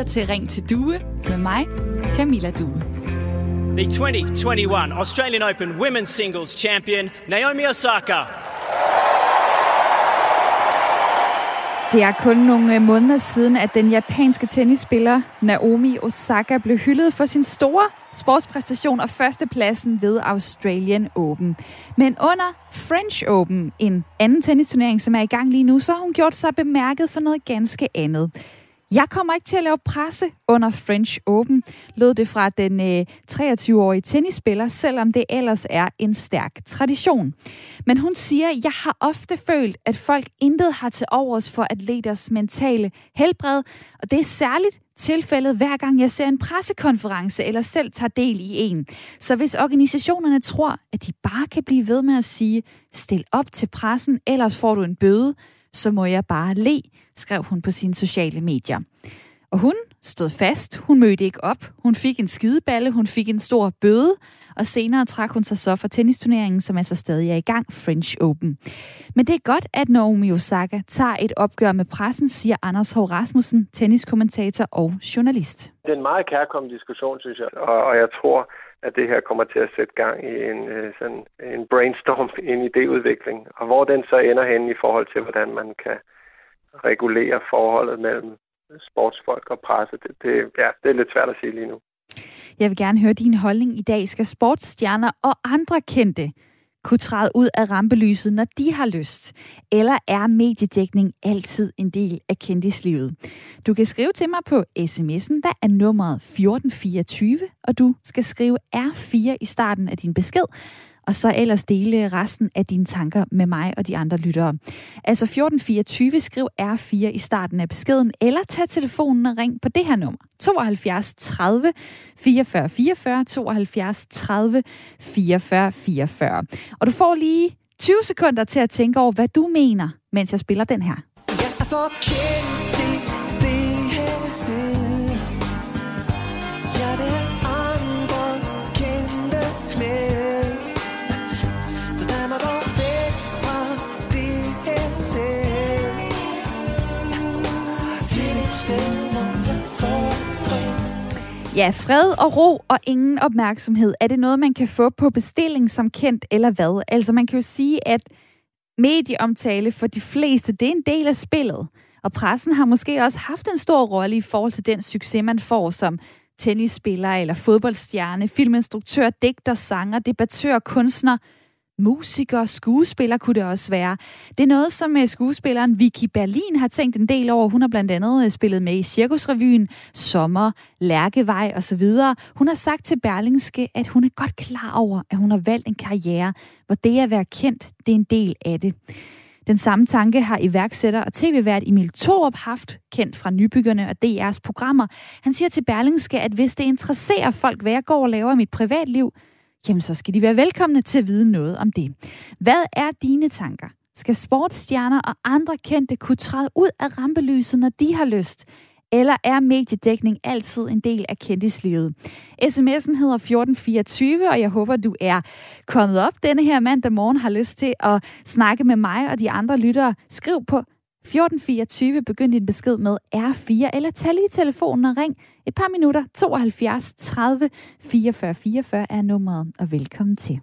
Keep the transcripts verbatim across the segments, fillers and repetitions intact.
lytter til Ring til Due med mig, Camilla Due. The twenty twenty-one Australian Open Women's Singles Champion, Naomi Osaka. Det er kun nogle måneder siden, at den japanske tennisspiller Naomi Osaka blev hyldet for sin store sportspræstation og førstepladsen ved Australian Open. Men under French Open, en anden tennisturnering, som er i gang lige nu, så har hun gjort sig bemærket for noget ganske andet. Jeg kommer ikke til at lave presse under French Open, lød det fra den øh, treogtyve-årige tennisspiller, selvom det ellers er en stærk tradition. Men hun siger, jeg har ofte følt, at folk intet har til overs for atleters mentale helbred, og det er særligt tilfældet hver gang jeg ser en pressekonference eller selv tager del i en. Så hvis organisationerne tror, at de bare kan blive ved med at sige, stil op til pressen, ellers får du en bøde, så må jeg bare le, skrev hun på sine sociale medier. Og hun stod fast, hun mødte ikke op, hun fik en skideballe, hun fik en stor bøde, og senere trak hun sig så for tennisturneringen, som altså stadig er i gang, French Open. Men det er godt, at Naomi Osaka tager et opgør med pressen, siger Anders Hov Rasmussen, tenniskommentator og journalist. Det er en meget kærkommen diskussion, synes jeg, og, og jeg tror, at det her kommer til at sætte gang i en, sådan en brainstorm, en idéudvikling, og hvor den så ender hen i forhold til, hvordan man kan regulere forholdet mellem sportsfolk og presse. Det, det, ja, det er lidt svært at sige lige nu. Jeg vil gerne høre din holdning i dag. Skal sportsstjerner og andre kendte kunne træde ud af rampelyset, når de har lyst? Eller er mediedækning altid en del af kendislivet? Du kan skrive til mig på sms'en, der er nummeret fjorten fireogtyve, og du skal skrive R fire i starten af din besked, og så ellers dele resten af dine tanker med mig og de andre lyttere. Altså fjorten fireogtyve, skriv R fire i starten af beskeden, eller tag telefonen og ring på det her nummer. tooghalvfjerds tredive fireogfyrre fireogfyrre, tooghalvfjerds tredive fireogfyrre fireogfyrre. Og du får lige tyve sekunder til at tænke over, hvad du mener, mens jeg spiller den her. Jeg får kendt til det her sted. Jeg vil andre kendte med. Så tag mig dog væk fra det her sted. Til et sted, hvor jeg får fred. Ja, fred og ro og ingen opmærksomhed. Er det noget, man kan få på bestilling som kendt, eller hvad? Altså, man kan jo sige, at medieomtale for de fleste, det er en del af spillet. Og pressen har måske også haft en stor rolle i forhold til den succes, man får som tennisspiller eller fodboldstjerne, filminstruktør, digter, sanger, debattør, kunstner, musiker, skuespiller kunne det også være. Det er noget, som skuespilleren Vicky Berlin har tænkt en del over. Hun har blandt andet spillet med i Cirkusrevyen, Sommer, Lærkevej osv. Hun har sagt til Berlingske, at hun er godt klar over, at hun har valgt en karriere, hvor det at være kendt, det er en del af det. Den samme tanke har iværksætter og tv-vært Emil Thorup haft, kendt fra Nybyggerne og D R's programmer. Han siger til Berlingske, at hvis det interesserer folk, hvad jeg går og laver i mit privatliv, jamen så skal de være velkomne til at vide noget om det. Hvad er dine tanker? Skal sportsstjerner og andre kendte kunne træde ud af rampelyset, når de har lyst? Eller er mediedækning altid en del af kendislivet? sms'en hedder fjorten fireogtyve, og jeg håber, du er kommet op denne her mandag morgen, har lyst til at snakke med mig og de andre lyttere. Skriv på fjorten fireogtyve, begynd din besked med R fire, eller tag lige telefonen og ring et par minutter. tooghalvfjerds tredive fireogfyrre fireogfyrre er nummeret, og velkommen til.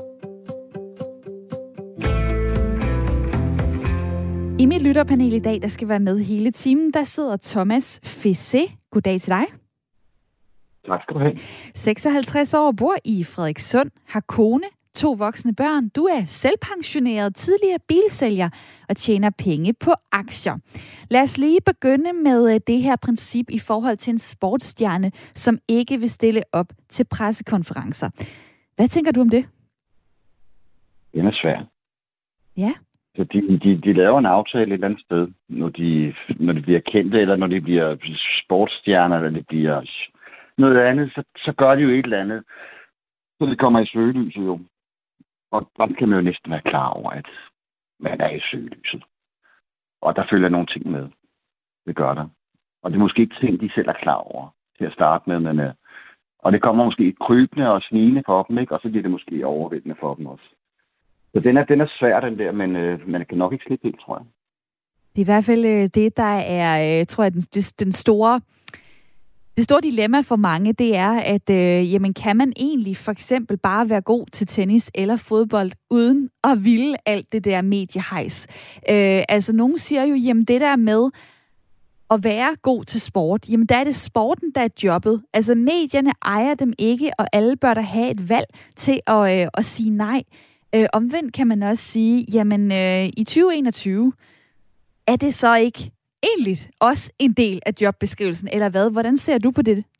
I mit lytterpanel i dag, der skal være med hele timen, der sidder Thomas Fessé. Goddag til dig. Tak skal du have. seksoghalvtreds år, bor i Frederikssund, har kone, to voksne børn. Du er selvpensioneret, tidligere bilsælger og tjener penge på aktier. Lad os lige begynde med det her princip i forhold til en sportsstjerne, som ikke vil stille op til pressekonferencer. Hvad tænker du om det? Den er svær. Ja. Så de, de, de laver en aftale et eller andet sted, når de, når de bliver kendte, eller når de bliver sportsstjerner, eller de bliver noget andet, så, så gør de jo et eller andet. Så det kommer i søgelyset jo. Og der kan man jo næsten være klar over, at man er i søgelyset. Og der følger nogle ting med. Det gør der. Og det er måske ikke ting, de selv er klar over til at starte med, men øh, og det kommer måske krybende og snigende for dem, ikke? Og så bliver det måske overvældende for dem også. Så den er, den er svær, den der, men øh, man kan nok ikke slippe helt, tror jeg. Det er i hvert fald øh, det, der er, øh, tror jeg, den, den store Det store dilemma for mange, det er, at øh, jamen, kan man egentlig for eksempel bare være god til tennis eller fodbold, uden at ville alt det der mediehejs? Øh, altså, nogen siger jo, jamen det der med at være god til sport, jamen der er det sporten, der er jobbet. Altså, medierne ejer dem ikke, og alle bør da have et valg til at, øh, at sige nej. Øh, omvendt kan man også sige, jamen øh, i tyve enogtyve, er det så ikke egentlig også en del af jobbeskrivelsen, eller hvad? Hvordan ser du på det?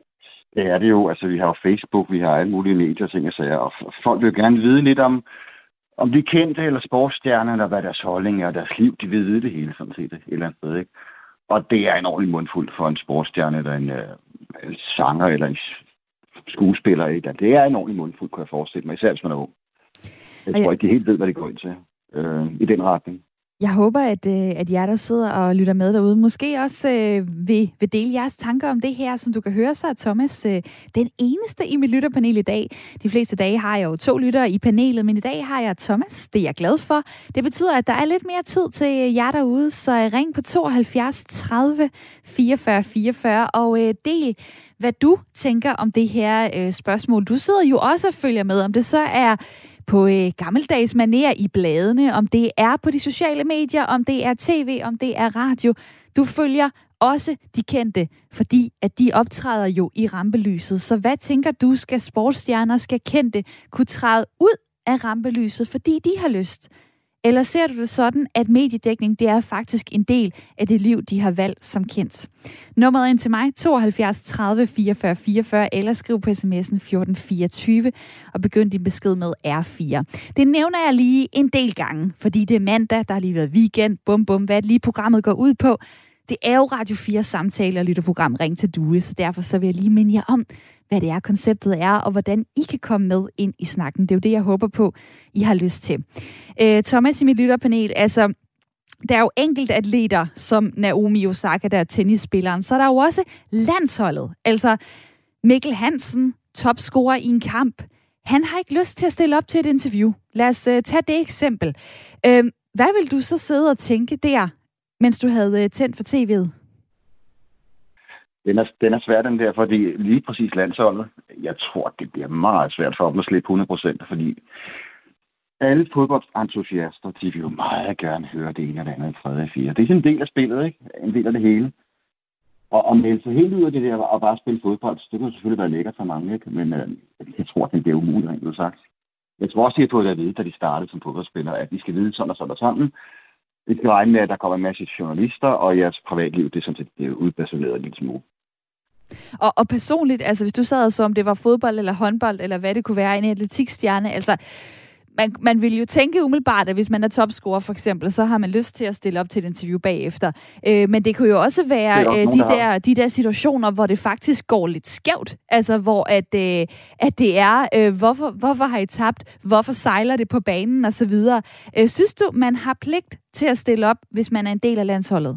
Det er det jo. Altså, vi har jo Facebook, vi har alle mulige medier, ting og sager, og folk vil jo gerne vide lidt om, om de kendte eller sportsstjerner, eller hvad deres holdning er, og deres liv. De vil vide det hele, sådan set, et eller andet sted, ikke? Og det er en ordentlig mundfuld for en sportsstjerne, eller en, øh, en sanger, eller en skuespiller, ikke? Det er en ordentlig mundfuld, kan jeg forestille mig, især hvis man er ung. Jeg tror ikke, de helt ved, hvad det går ind til øh, i den retning. Jeg håber, at, at jer, der sidder og lytter med derude, måske også øh, vil, vil dele jeres tanker om det her, som du kan høre sig, Thomas. Øh, den eneste i mit lytterpanel i dag. De fleste dage har jeg jo to lyttere i panelet, men i dag har jeg Thomas. Det er jeg glad for. Det betyder, at der er lidt mere tid til jer derude, så ring på tooghalvfjerds tredive fireogfyrre fireogfyrre og øh, del, hvad du tænker om det her øh, spørgsmål. Du sidder jo også og følger med, om det så er på øh, gammeldags manér i bladene, om det er på de sociale medier, om det er tv, om det er radio. Du følger også de kendte, fordi at de optræder jo i rampelyset. Så hvad tænker du, skal sportsstjerner, skal kendte kunne træde ud af rampelyset, fordi de har lyst? Eller ser du det sådan, at mediedækning, det er faktisk en del af det liv, de har valgt som kendt? Nummeret ind til mig, tooghalvfjerds tredive fireogfyrre fireogfyrre, eller skriv på sms'en fjorten fireogtyve, og begynd din besked med R fire. Det nævner jeg lige en del gange, fordi det er mandag, der har lige været weekend, bum bum, hvad lige programmet går ud på. Det er jo Radio fire samtale og lytterprogram Ring til Due, så derfor så vil jeg lige minde jer om, hvad det er, konceptet er, og hvordan I kan komme med ind i snakken. Det er jo det, jeg håber på, I har lyst til. Øh, Thomas i mit lytterpanel, altså, der er jo enkelte atleter, som Naomi Osaka, der er tennisspilleren, så er der jo også landsholdet. Altså, Mikkel Hansen, topscorer i en kamp, han har ikke lyst til at stille op til et interview. Lad os uh, tage det eksempel. Øh, hvad vil du så sidde og tænke der, mens du havde uh, tændt for tv'et? Den er, den er svær, den der, fordi lige præcis landsholdet, jeg tror, det bliver meget svært for dem at slippe hundrede procent, fordi alle fodboldentusiaster, de vil jo meget gerne høre det ene og det andet, det tredje og fire. Det er sådan en del af spillet, ikke? En del af det hele. Og at melde sig helt ud af det der og bare spille fodbold, det kan selvfølgelig være lækkert for mange, ikke? Men øh, jeg tror, det bliver umuligt, rent ud sagt. Jeg tror også, de har fået det at vide, da de startede som fodboldspillere, at de skal vide sådan og sådan og sådan. Vi skal regne med, at der kommer en masse journalister, og jeres privatliv, det er sådan set det er udpersoneret en lille smule. Og, og personligt, altså hvis du sad og så, om det var fodbold eller håndbold, eller hvad det kunne være, en atletikstjerne, altså man, man vil jo tænke umiddelbart, at hvis man er topscorer for eksempel, så har man lyst til at stille op til et interview bagefter. Øh, men det kunne jo også være øh, nogen, de, der, der, de der situationer, hvor det faktisk går lidt skævt. Altså hvor at, øh, at det er, øh, hvorfor, hvorfor har I tabt? Hvorfor sejler det på banen? Og så videre. Øh, synes du, man har pligt til at stille op, hvis man er en del af landsholdet?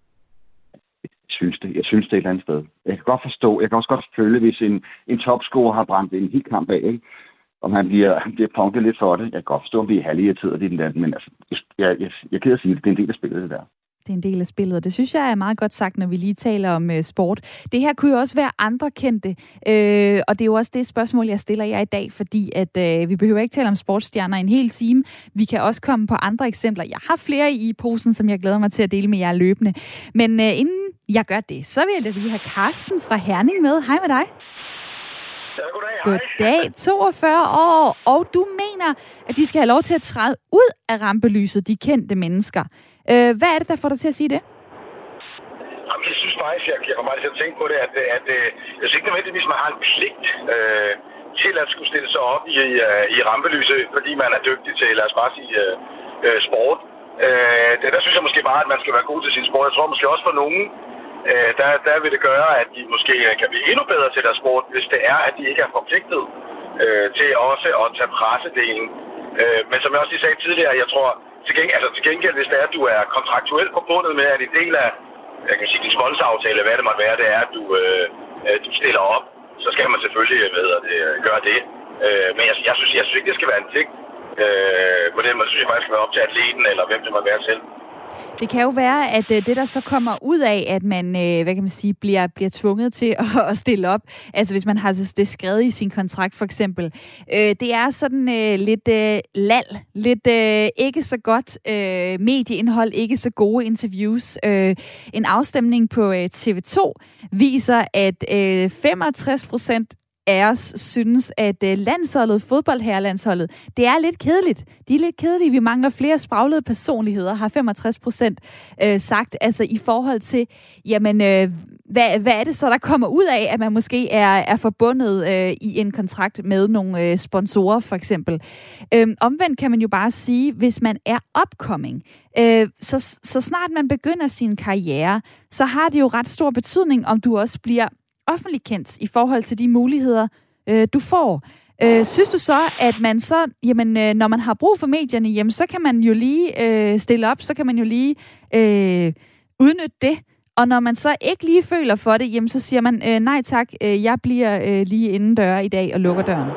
Jeg synes det. Jeg synes det er et eller andet sted. Jeg kan godt forstå, jeg kan også godt føle, hvis en, en topscorer har brændt en hel kamp af, ikke? Om han bliver, han bliver punktet lidt for det. Jeg kan godt forstå, om vi er halvirriteret i den der, men altså, jeg, jeg, jeg kan sige, at det er en del af spillet, det der. Det er en del af spillet, og det synes jeg er meget godt sagt, når vi lige taler om øh, sport. Det her kunne jo også være andre kendte, øh, og det er jo også det spørgsmål, jeg stiller jer i dag, fordi at øh, vi behøver ikke tale om sportsstjerner en hel time. Vi kan også komme på andre eksempler. Jeg har flere i posen, som jeg glæder mig til at dele med jer løbende. Men øh, inden jeg gør det, så vil jeg lige have Karsten fra Herning med. Hej med dig. Ja, goddag. Goddag, toogfyrre år, og du mener, at de skal have lov til at træde ud af rampelyset, de kendte mennesker. Øh, hvad er det, der får dig til at sige det? Jamen, jeg synes faktisk, jeg, jeg kommer til at tænke på det, at, at, at jeg synes ikke nødvendigvis, man har en pligt øh, til at skulle stille sig op i, uh, i rampelyset, fordi man er dygtig til, lad os bare sige, uh, sport. Uh, det, der synes jeg måske bare, at man skal være god til sin sport. Jeg tror måske også for nogen, uh, der, der vil det gøre, at de måske kan blive endnu bedre til deres sport, hvis det er, at de ikke er forpligtet uh, til også at tage pressedelen. Uh, men som jeg også lige sagde tidligere, jeg tror, Til gengæld, altså til gengæld, hvis det er, at du er kontraktuelt forbundet med, at en del af jeg kan sige, din sponsoraftale, hvad det måtte være, det er, at du, øh, du stiller op, så skal man selvfølgelig hvad det, gøre det. Øh, men jeg, jeg, synes, jeg synes ikke, det skal være en ting. Øh, på den måde synes jeg faktisk, skal være op til atleten, eller hvem det måtte være selv. Det kan jo være, at det, der så kommer ud af, at man, hvad kan man sige, bliver, bliver tvunget til at, at stille op, altså hvis man har det skrevet i sin kontrakt for eksempel, øh, det er sådan øh, lidt øh, lal, lidt øh, ikke så godt øh, medieindhold, ikke så gode interviews. Øh, en afstemning på øh, T V to viser, at øh, femogtres procent af os synes, at landsholdet, fodboldherrelandsholdet, det er lidt kedeligt. De er lidt kedelige. Vi mangler flere spraglede personligheder, har femogtres procent øh, sagt. Altså i forhold til, jamen, øh, hvad, hvad er det så, der kommer ud af, at man måske er, er forbundet øh, i en kontrakt med nogle øh, sponsorer, for eksempel. Øh, omvendt kan man jo bare sige, hvis man er upcoming, øh, så, så snart man begynder sin karriere, så har det jo ret stor betydning, om du også bliver offentlig kendt i forhold til de muligheder, øh, du får. Øh, synes du så, at man så, jamen, øh, når man har brug for medierne, jamen, så kan man jo lige øh, stille op, så kan man jo lige øh, udnytte det, og når man så ikke lige føler for det, jamen, så siger man, øh, nej tak, øh, jeg bliver øh, lige indendør i dag og lukker døren.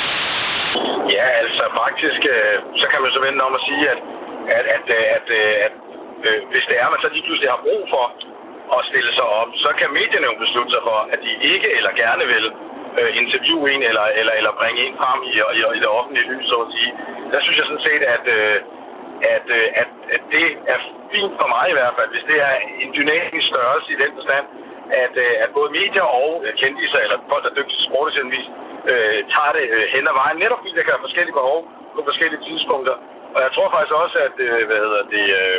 Ja, altså faktisk, øh, så kan man så vende om at sige, at, at, at, at, at, at øh, hvis det er, man så lige pludselig har brug for at stille sig op, så kan medierne jo beslutte sig for, at de ikke eller gerne vil øh, interviewe en eller, eller, eller bringe en frem i, i, i det offentlige lys, så at sige. Der synes jeg sådan set, at, øh, at, øh, at, at det er fint for mig i hvert fald, hvis det er en dynamisk størrelse i den forstand, at, øh, at både medier og kendiser, eller folk, der er dygtige til sport eksempelvis, øh, tager det øh, hen ad vejen, netop fordi der kan være forskellige behov på forskellige tidspunkter. Og jeg tror faktisk også, at øh, hvad hedder det... Øh,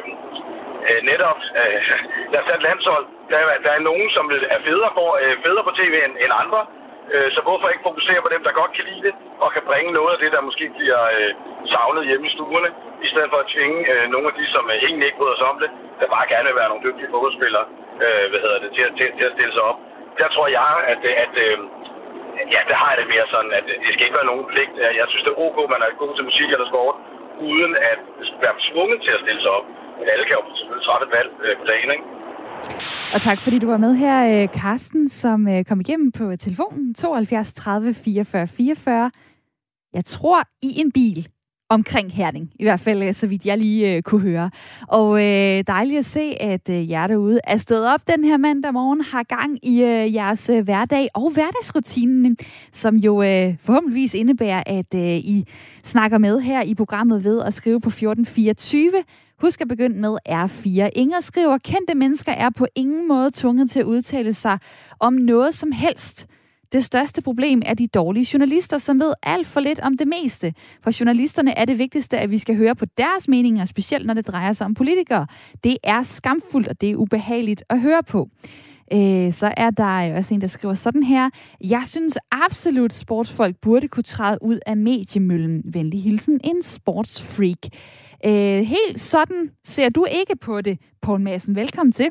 netop, øh, der er sat landshold. Der er, der er nogen, som er federe på, øh, federe på tv end, end andre. Øh, så hvorfor ikke fokusere på dem, der godt kan lide det, og kan bringe noget af det, der måske bliver øh, savnet hjemme i stuerne, i stedet for at tvinge øh, nogle af de, som øh, egentlig ikke bryder sig om det, der bare gerne vil være nogle dygtige fodboldspillere, øh, hvad hedder det, til, til, til at stille sig op. Der tror jeg, at, at øh, ja, der har jeg det mere sådan, at det skal ikke være nogen pligt. Jeg synes, det er ok, man er god til musik eller sport, uden at være tvunget til at stille sig op. Men alle kan jo selvfølgelig træffe et valg øh, på dagen, ikke? Og tak fordi du var med her, Carsten, som kom igennem på telefonen tooghalvfjerds tredive fireogfyrre fireogfyrre. Jeg tror i en bil omkring Herning, i hvert fald så vidt jeg lige øh, kunne høre. Og øh, dejligt at se, at øh, jer derude er stået op den her mandag morgen, har gang i øh, jeres øh, hverdag og hverdagsrutinen, som jo øh, forhåbentligvis indebærer, at øh, I snakker med her i programmet ved at skrive på fjorten fireogtyve. Husk at begynde med R fire. Inger skriver, kendte mennesker er på ingen måde tvunget til at udtale sig om noget som helst. Det største problem er de dårlige journalister, som ved alt for lidt om det meste. For journalisterne er det vigtigste, at vi skal høre på deres meninger, specielt når det drejer sig om politikere. Det er skamfuldt, og det er ubehageligt at høre på. Øh, så er der også en, der skriver sådan her. Jeg synes absolut, sportsfolk burde kunne træde ud af mediemøllen. Venlig hilsen, en sportsfreak. Øh, helt sådan ser du ikke på det, Poul Madsen. Velkommen til.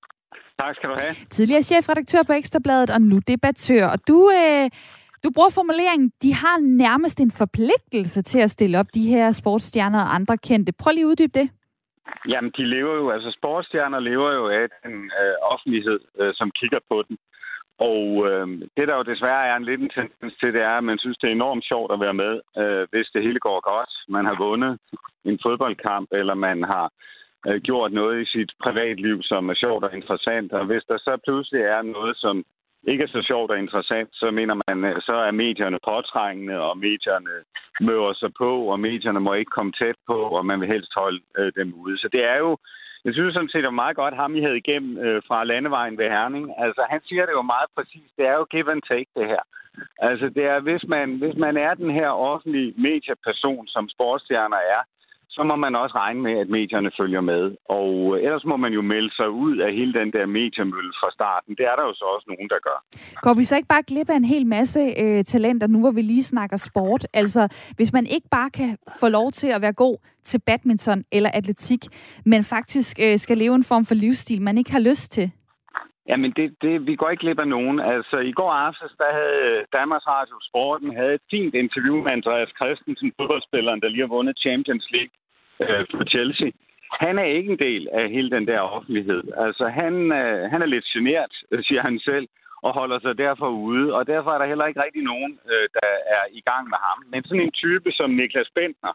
Tak skal du have. Tidligere chefredaktør på Ekstrabladet, og nu debattør. Og du, øh, du bruger formuleringen, de har nærmest en forpligtelse til at stille op, de her sportsstjerner og andre kendte. Prøv lige at uddybe det. Jamen, de lever jo, altså sportsstjerner lever jo af den øh, offentlighed, øh, som kigger på den. Og øh, det, der jo desværre er en lidt en tendens til, det er, at man synes, det er enormt sjovt at være med, øh, hvis det hele går godt. Man har vundet en fodboldkamp, eller man har øh, gjort noget i sit privatliv, som er sjovt og interessant. Og hvis der så pludselig er noget, som ikke er så sjovt og interessant, så mener man, så er medierne påtrængende, og medierne møver sig på, og medierne må ikke komme tæt på, og man vil helst holde øh, dem ude. Så det er jo, jeg synes sådan set, det var meget godt, ham I havde igennem øh, fra landevejen ved Herning. Altså, han siger det jo meget præcist. Det er jo give and take, det her. Altså, det er, hvis man, hvis man er den her offentlige medieperson, som sportsstjerner er, så må man også regne med, at medierne følger med. Og ellers må man jo melde sig ud af hele den der mediemølle fra starten. Det er der jo så også nogen, der gør. Går vi så ikke bare glip af en hel masse øh, talenter, nu hvor vi lige snakker sport? Altså, hvis man ikke bare kan få lov til at være god til badminton eller atletik, men faktisk øh, skal leve en form for livsstil, man ikke har lyst til? Jamen, det, det, vi går ikke glip af nogen. Altså, i går aftes, der havde Danmarks Radio Sporten havde et fint interview med Andreas Christensen, fodboldspilleren, der lige har vundet Champions League øh, for Chelsea. Han er ikke en del af hele den der offentlighed. Altså, han, øh, han er lidt genert, siger han selv, og holder sig derfor ude. Og derfor er der heller ikke rigtig nogen, øh, der er i gang med ham. Men sådan en type som Niklas Bentner,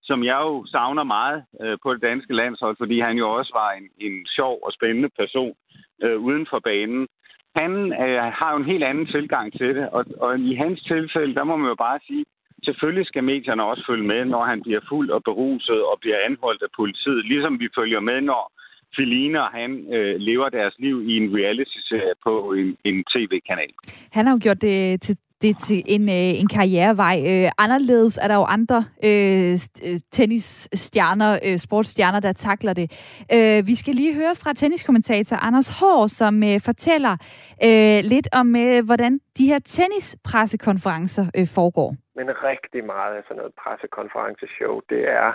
som jeg jo savner meget øh, på det danske landshold, fordi han jo også var en, en sjov og spændende person øh, uden for banen. Han øh, har jo en helt anden tilgang til det, og, og i hans tilfælde, der må man jo bare sige, selvfølgelig skal medierne også følge med, når han bliver fuld og beruset og bliver anholdt af politiet, ligesom vi følger med, når Feline og han øh, lever deres liv i en reality-serie på en, en tv-kanal. Han har jo gjort det til, det til en, øh, en karrierevej. Øh, anderledes er der jo andre øh, tennisstjerner, øh, sportsstjerner, der takler det. Øh, vi skal lige høre fra tenniskommentator Anders Haahr, som øh, fortæller øh, lidt om, øh, hvordan de her tennispressekonferencer øh, foregår. Men rigtig meget af sådan noget pressekonferenceshow, det er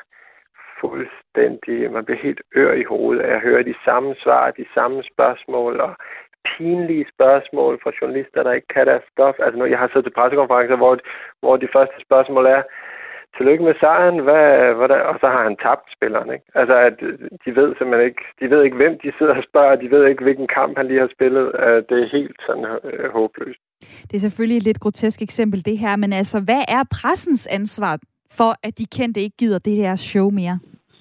fuldstændig, man bliver helt ør i hovedet af at høre de samme svar, de samme spørgsmål og pinlige spørgsmål fra journalister, der ikke kan deres stof. Altså når jeg har siddet til pressekonferencer, hvor, hvor de første spørgsmål er, tillykke med sejren, hvad, hvad der, og så har han tabt spilleren, ikke? Altså at de ved simpelthen ikke, de ved ikke, hvem de sidder og spørger, de ved ikke, hvilken kamp han lige har spillet. Det er helt sådan øh, håbløst. Det er selvfølgelig et lidt grotesk eksempel, det her, men altså, hvad er pressens ansvar for, at de kendte ikke gider det her show mere?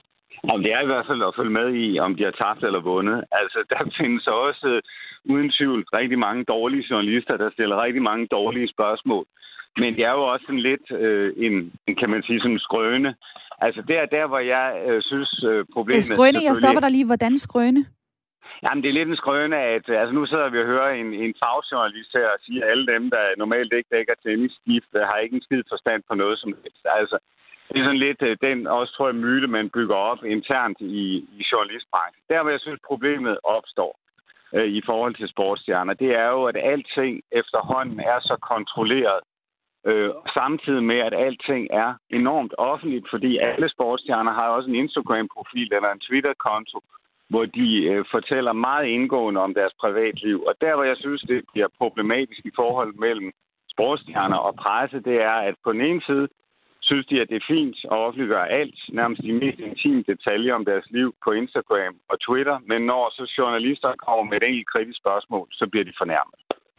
Om det er i hvert fald at følge med i, om de har tabt eller vundet. Altså, der findes også uh, uden tvivl rigtig mange dårlige journalister, der stiller rigtig mange dårlige spørgsmål. Men det er jo også sådan lidt uh, en, kan man sige, sådan en skrøne. Altså, det er der, hvor jeg uh, synes uh, problemet... Skrøne, jeg stopper dig lige. Hvordan skrøne? Jamen, det er lidt en skrøne, at altså, nu sidder vi og hører en, en fagjournalist her og siger, at alle dem, der normalt ikke dækker tennisskift, har ikke en skid forstand på noget som helst. Altså, det er sådan lidt den også, tror jeg, myte, man bygger op internt i, i journalistbranchen. Der, hvor jeg synes, problemet opstår øh, i forhold til sportsstjerner, det er jo, at alting efterhånden er så kontrolleret, øh, samtidig med, at alting er enormt offentligt, fordi alle sportsstjerner har også en Instagram-profil eller en Twitter-konto, hvor de øh, fortæller meget indgående om deres privatliv. Og der, hvor jeg synes, det bliver problematisk i forhold mellem sportsstjerner og presse, det er, at på den ene side synes de, at det er fint at offentliggøre alt, nærmest de mest intime detaljer om deres liv på Instagram og Twitter, men når så journalister kommer med et enkelt kritisk spørgsmål, så bliver de fornærmet.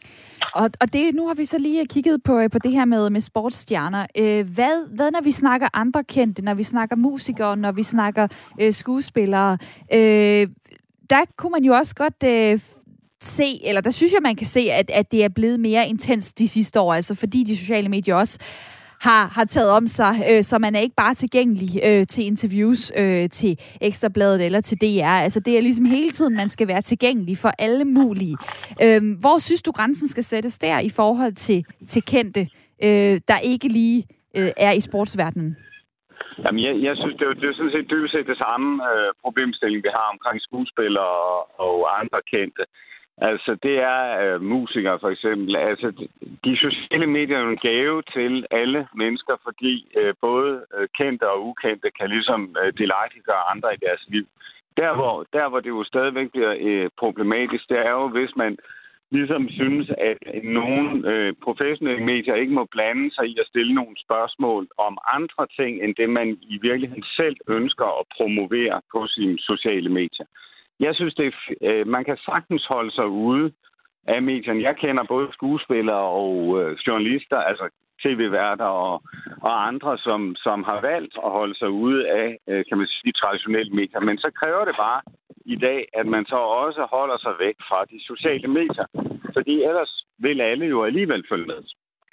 Og, og det, nu har vi så lige kigget på, på det her med, med sportsstjerner. Øh, hvad, hvad når vi snakker andre kendte, når vi snakker musikere, når vi snakker øh, skuespillere? Øh, der kunne man jo også godt øh, se, eller der synes jeg, man kan se, at, at det er blevet mere intens de sidste år, altså fordi de sociale medier også har, har taget om sig, øh, så man er ikke bare tilgængelig øh, til interviews øh, til Ekstrabladet eller til D R. Altså det er ligesom hele tiden, man skal være tilgængelig for alle mulige. Øh, hvor synes du, grænsen skal sættes der i forhold til, til kendte, øh, der ikke lige øh, er i sportsverdenen? Jamen, jeg, jeg synes, det er, det er sådan set dybest set det samme øh, problemstilling, vi har omkring skuespillere og, og andre kendte. Altså, det er øh, musikere for eksempel. Altså, de sociale medier er en gave til alle mennesker, fordi øh, både øh, kendte og ukendte kan ligesom øh, delagtiggøre andre i deres liv. Der hvor, der, hvor det jo stadigvæk bliver øh, problematisk, det er jo, hvis man ligesom synes, at nogle øh, professionelle medier ikke må blande sig i at stille nogle spørgsmål om andre ting, end det man i virkeligheden selv ønsker at promovere på sine sociale medier. Jeg synes, det er, øh, man kan sagtens holde sig ude af medierne. Jeg kender både skuespillere og øh, journalister, altså tv-værter og, og andre, som, som har valgt at holde sig ude af, øh, kan man sige, de traditionelle medier. Men så kræver det bare i dag, at man så også holder sig væk fra de sociale medier. Fordi ellers vil alle jo alligevel følge med.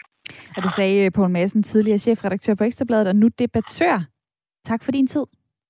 Og det sagde Poul Madsen, tidligere chefredaktør på Ekstrabladet og nu debattør. Tak for din tid.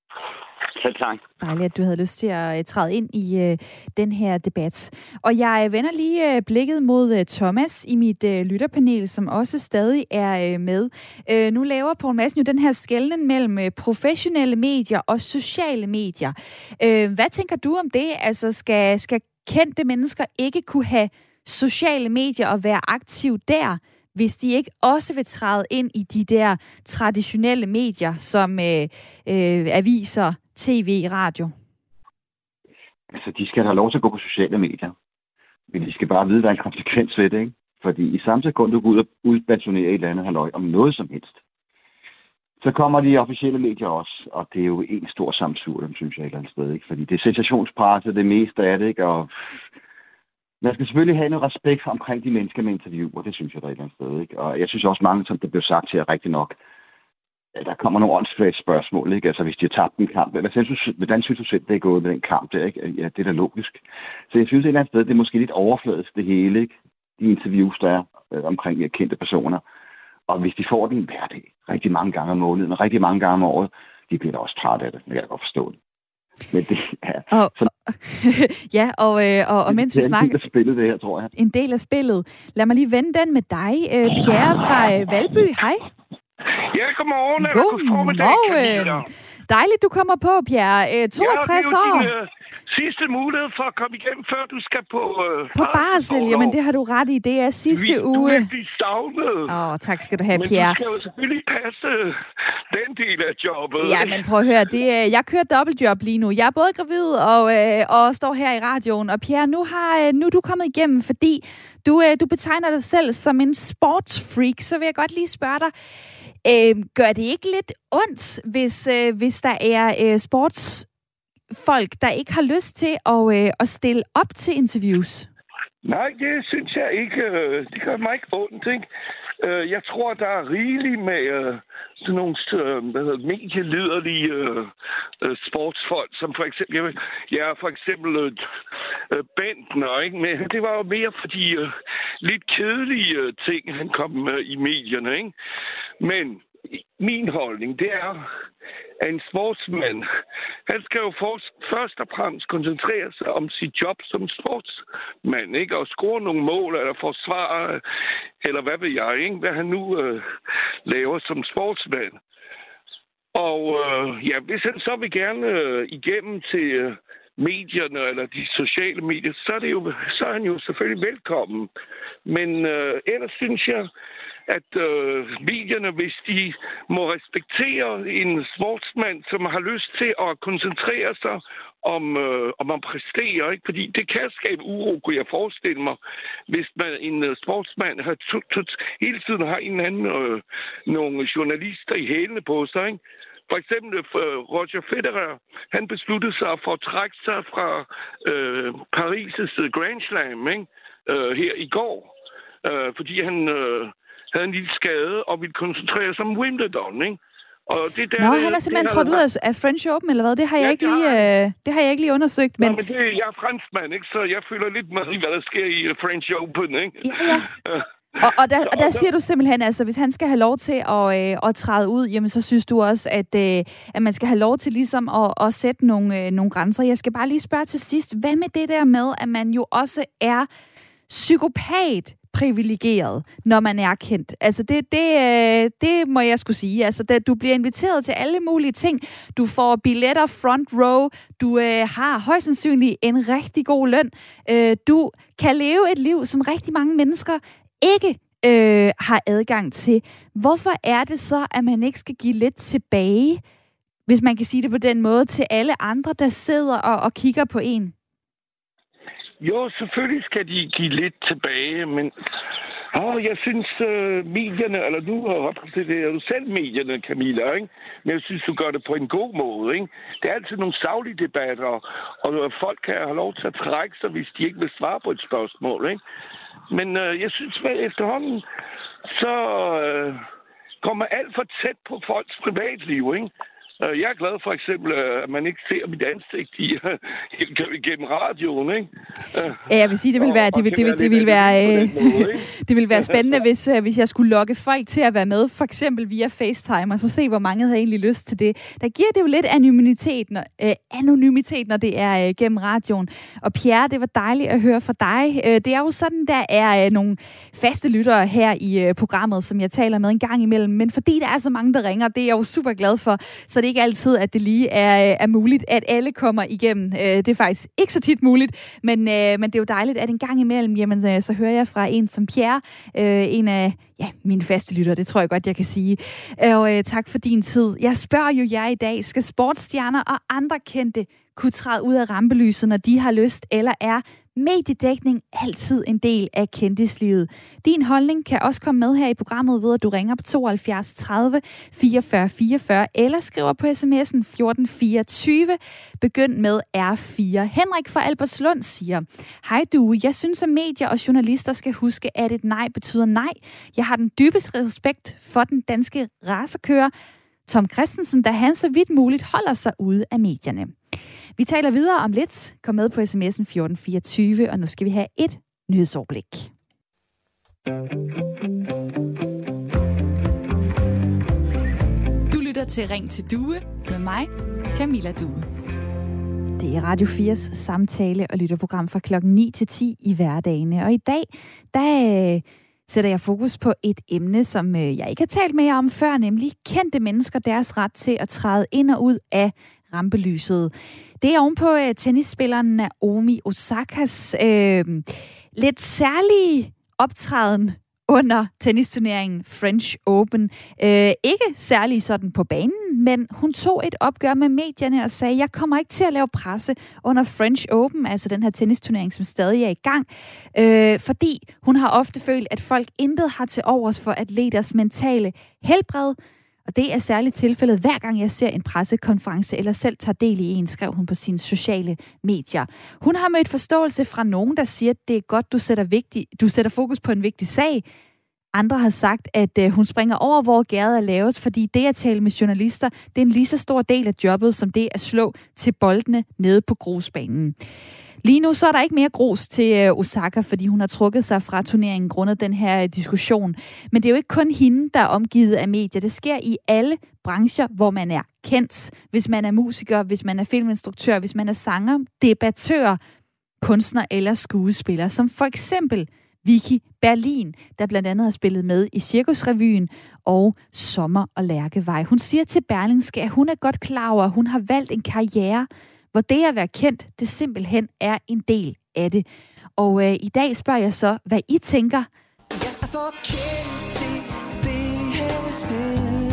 Selv tak. Dejligt, at du havde lyst til at træde ind i øh, den her debat. Og jeg vender lige øh, blikket mod øh, Thomas i mit øh, lytterpanel, som også stadig er øh, med. Øh, nu laver Poul Madsen jo den her skelnen mellem øh, professionelle medier og sociale medier. Øh, hvad tænker du om det? Altså, skal, skal kendte mennesker ikke kunne have sociale medier og være aktiv der, hvis de ikke også vil træde ind i de der traditionelle medier, som øh, øh, aviser, tv, radio? Altså, de skal have lov til at gå på sociale medier. Men de skal bare vide, hvad er en konsekvens ved det, ikke? Fordi i samme sekund, du går ud og udbationerer et eller andet halløj om noget som helst, så kommer de officielle medier også, og det er jo en stor samsur, synes jeg, et eller andet sted, ikke? Fordi det er sensationspresse, det meste af det, ikke? Og man skal selvfølgelig have noget respekt omkring de mennesker med interviewer, det synes jeg, der er et eller andet sted, ikke? Og jeg synes også mange, som det blev sagt til, er rigtig nok, der kommer nogle åndssvage spørgsmål, ikke? Altså, hvis de har tabt en kamp. Hvordan synes, hvordan synes du selv, det er gået med den kamp der, ikke? Ja, det er da logisk. Så jeg synes et eller andet sted, det er måske lidt overfladisk det hele, ikke? De interviews, der er øh, omkring ja, kendte personer. Og hvis de får den hver dag, rigtig mange gange om måneden, rigtig mange gange om året, de bliver da også trætte af det. Jeg kan godt forstå det. Men det er... Og, så, ja, og, øh, og, og mens vi snakker... Det er en del af spillet, det her, tror jeg. En del af spillet. Lad mig lige vende den med dig, øh, Pierre fra øh, Valby. Hej. Ja, godmorgen. Godmorgen. Dejligt, du kommer på, Pierre. Øh, toogtres ja, år. Din, øh, sidste mulighed for at komme igennem, før du skal på... Øh, på barsel, jamen det har du ret i. Det er sidste vi, uge. Du vil blive savnet. Åh, oh, tak skal du have, men Pierre. Men du skal jo selvfølgelig passe den del af jobbet. Ja, men prøv at høre. Det, jeg kører dobbeltjob lige nu. Jeg er både gravid og, øh, og står her i radioen. Og Pierre, nu, har, nu er du kommet igennem, fordi du, øh, du betegner dig selv som en sportsfreak. Så vil jeg godt lige spørge dig, Øh, gør det ikke lidt ondt, hvis, øh, hvis der er øh, sportsfolk, der ikke har lyst til at, øh, at stille op til interviews? Nej, det synes jeg ikke. Det gør mig ikke ondt, ikke? Jeg tror, der er rigeligt med sådan nogle hvad hedder, medieliderlige uh, sportsfolk, som for eksempel, ja, for eksempel uh, Bentner, ikke? Men det var jo mere for de uh, lidt kedelige uh, ting, han kom uh, i medierne, ikke? Men min holdning, det er, at en sportsmand, han skal jo først og fremmest koncentrere sig om sit job som sportsmand, ikke? Og score nogle mål, eller forsvare, eller hvad ved jeg, ikke? Hvad han nu øh, laver som sportsmand. Og øh, ja, hvis han så vil gerne øh, igennem til øh, medierne, eller de sociale medier, så er, det jo, så er han jo selvfølgelig velkommen. Men øh, ellers synes jeg, at øh, medierne, hvis de må respektere en sportsmand, som har lyst til at koncentrere sig om, øh, om at præstere, ikke? Fordi det kan skabe uro, kunne jeg forestille mig, hvis man en uh, sportsmand har t- t- hele tiden har en anden øh, nogle journalister i hælene på sig, ikke? For eksempel uh, Roger Federer, han besluttede sig for at trække sig fra øh, Paris' Grand Slam, ikke? Øh, her i går, øh, fordi han øh, havde en lille skade og ville koncentrere sig om Wimbledon, ikke? Og det der, Nå, han er simpelthen trådt ud af French Open, eller hvad? Det har jeg, ja, ikke, lige, øh, det har jeg ikke lige undersøgt. Men... Nå, men det, jeg er franskmand, ikke? Så jeg føler lidt med, hvad der sker i French Open, ikke? Ja, ja. Og, og, der, og der siger du simpelthen, altså, hvis han skal have lov til at, øh, at træde ud, jamen, så synes du også, at, øh, at man skal have lov til ligesom at, at sætte nogle, øh, nogle grænser. Jeg skal bare lige spørge til sidst, hvad med det der med, at man jo også er psykopat privilegeret, når man er kendt. Altså, det, det, øh, det må jeg skulle sige. Altså, det, du bliver inviteret til alle mulige ting. Du får billetter front row. Du øh, har højst sandsynligt en rigtig god løn. Øh, du kan leve et liv, som rigtig mange mennesker ikke øh, har adgang til. Hvorfor er det så, at man ikke skal give lidt tilbage, hvis man kan sige det på den måde, til alle andre, der sidder og, og kigger på en? Jo, selvfølgelig skal de give lidt tilbage, men åh, jeg synes, uh, medierne, eller nu repræsenterer du selv medierne, Camilla, ikke? Men jeg synes, du gør det på en god måde, ikke? Det er altid nogle saglige debatter, og folk kan have lov til at trække sig, hvis de ikke vil svare på et spørgsmål, ikke? Men uh, jeg synes, at efterhånden, så uh, kommer man alt for tæt på folks privatliv, ikke? Jeg er glad for eksempel, at man ikke ser mit ansigt i, gennem radioen, ikke? Ja, jeg vil sige, det vil være, det vil, det vil, det vil være, det vil være spændende, hvis, hvis jeg skulle lokke folk til at være med, for eksempel via FaceTime, og så se, hvor mange havde egentlig lyst til det. Der giver det jo lidt anonymitet, når, øh, anonymitet, når det er øh, gennem radioen. Og Pierre, det var dejligt at høre fra dig. Øh, det er jo sådan, der er øh, nogle faste lyttere her i øh, programmet, som jeg taler med en gang imellem, men fordi der er så mange, der ringer, det er jeg jo super glad for, så det er ikke altid, at det lige er, er muligt, at alle kommer igennem. Det er faktisk ikke så tit muligt, men, men det er jo dejligt, at en gang imellem, jamen, så hører jeg fra en som Pierre, en af ja, mine faste lyttere, det tror jeg godt, jeg kan sige. Og tak for din tid. Jeg spørger jo jer i dag, skal sportsstjerner og andre kendte kunne træde ud af rampelyset, når de har lyst, eller er mediedækning altid en del af kendislivet? Din holdning kan også komme med her i programmet ved, at du ringer på tooghalvfjerds tredive fireogfyrre fireogfyrre eller skriver på sms'en fjorten fireogtyve. Begynd med R fire. Henrik fra Albertslund siger: Hej du, jeg synes, at medier og journalister skal huske, at et nej betyder nej. Jeg har den dybeste respekt for den danske racerkører, Tom Christensen, da han så vidt muligt holder sig ude af medierne. Vi taler videre om lidt. Kom med på sms'en fjorten fireogtyve, og nu skal vi have et nyhedsoverblik. Du lytter til Ring til Due med mig, Camilla Due. Det er Radio fires samtale- og lytterprogram fra klokken ni til ti i hverdagene. Og i dag, der øh, sætter jeg fokus på et emne, som øh, jeg ikke har talt med jer om før, nemlig kendte mennesker, deres ret til at træde ind og ud af rampelyset. Det er ovenpå øh, tennisspilleren Naomi Osakas øh, lidt særlige optræden under tennisturneringen French Open. Øh, ikke særlig sådan på banen, men hun tog et opgør med medierne og sagde, jeg kommer ikke til at lave presse under French Open, altså den her tennisturnering, som stadig er i gang, øh, fordi hun har ofte følt, at folk intet har til overs for atleters mentale helbred. Og det er særligt tilfældet, hver gang jeg ser en pressekonference eller selv tager del i en, skrev hun på sine sociale medier. Hun har mødt forståelse fra nogen, der siger, at det er godt, du sætter, vigtig, du sætter fokus på en vigtig sag. Andre har sagt, at øh, hun springer over, hvor gærdet er lavet, fordi det at tale med journalister, det er en lige så stor del af jobbet, som det at slå til boldene nede på grusbanen. Lige nu så er der ikke mere grus til Osaka, fordi hun har trukket sig fra turneringen grundet den her diskussion. Men det er jo ikke kun hende, der er omgivet af medier. Det sker i alle brancher, hvor man er kendt. Hvis man er musiker, hvis man er filminstruktør, hvis man er sanger, debattør, kunstner eller skuespiller. Som for eksempel Vicky Berlin, der blandt andet har spillet med i Cirkusrevyen og Sommer og Lærkevej. Hun siger til Berlingske, at hun er godt klar over, at hun har valgt en karriere, hvor det at være kendt, det simpelthen er en del af det. Og øh, i dag spørger jeg så, hvad I tænker. Jeg er for kendt til det her sted.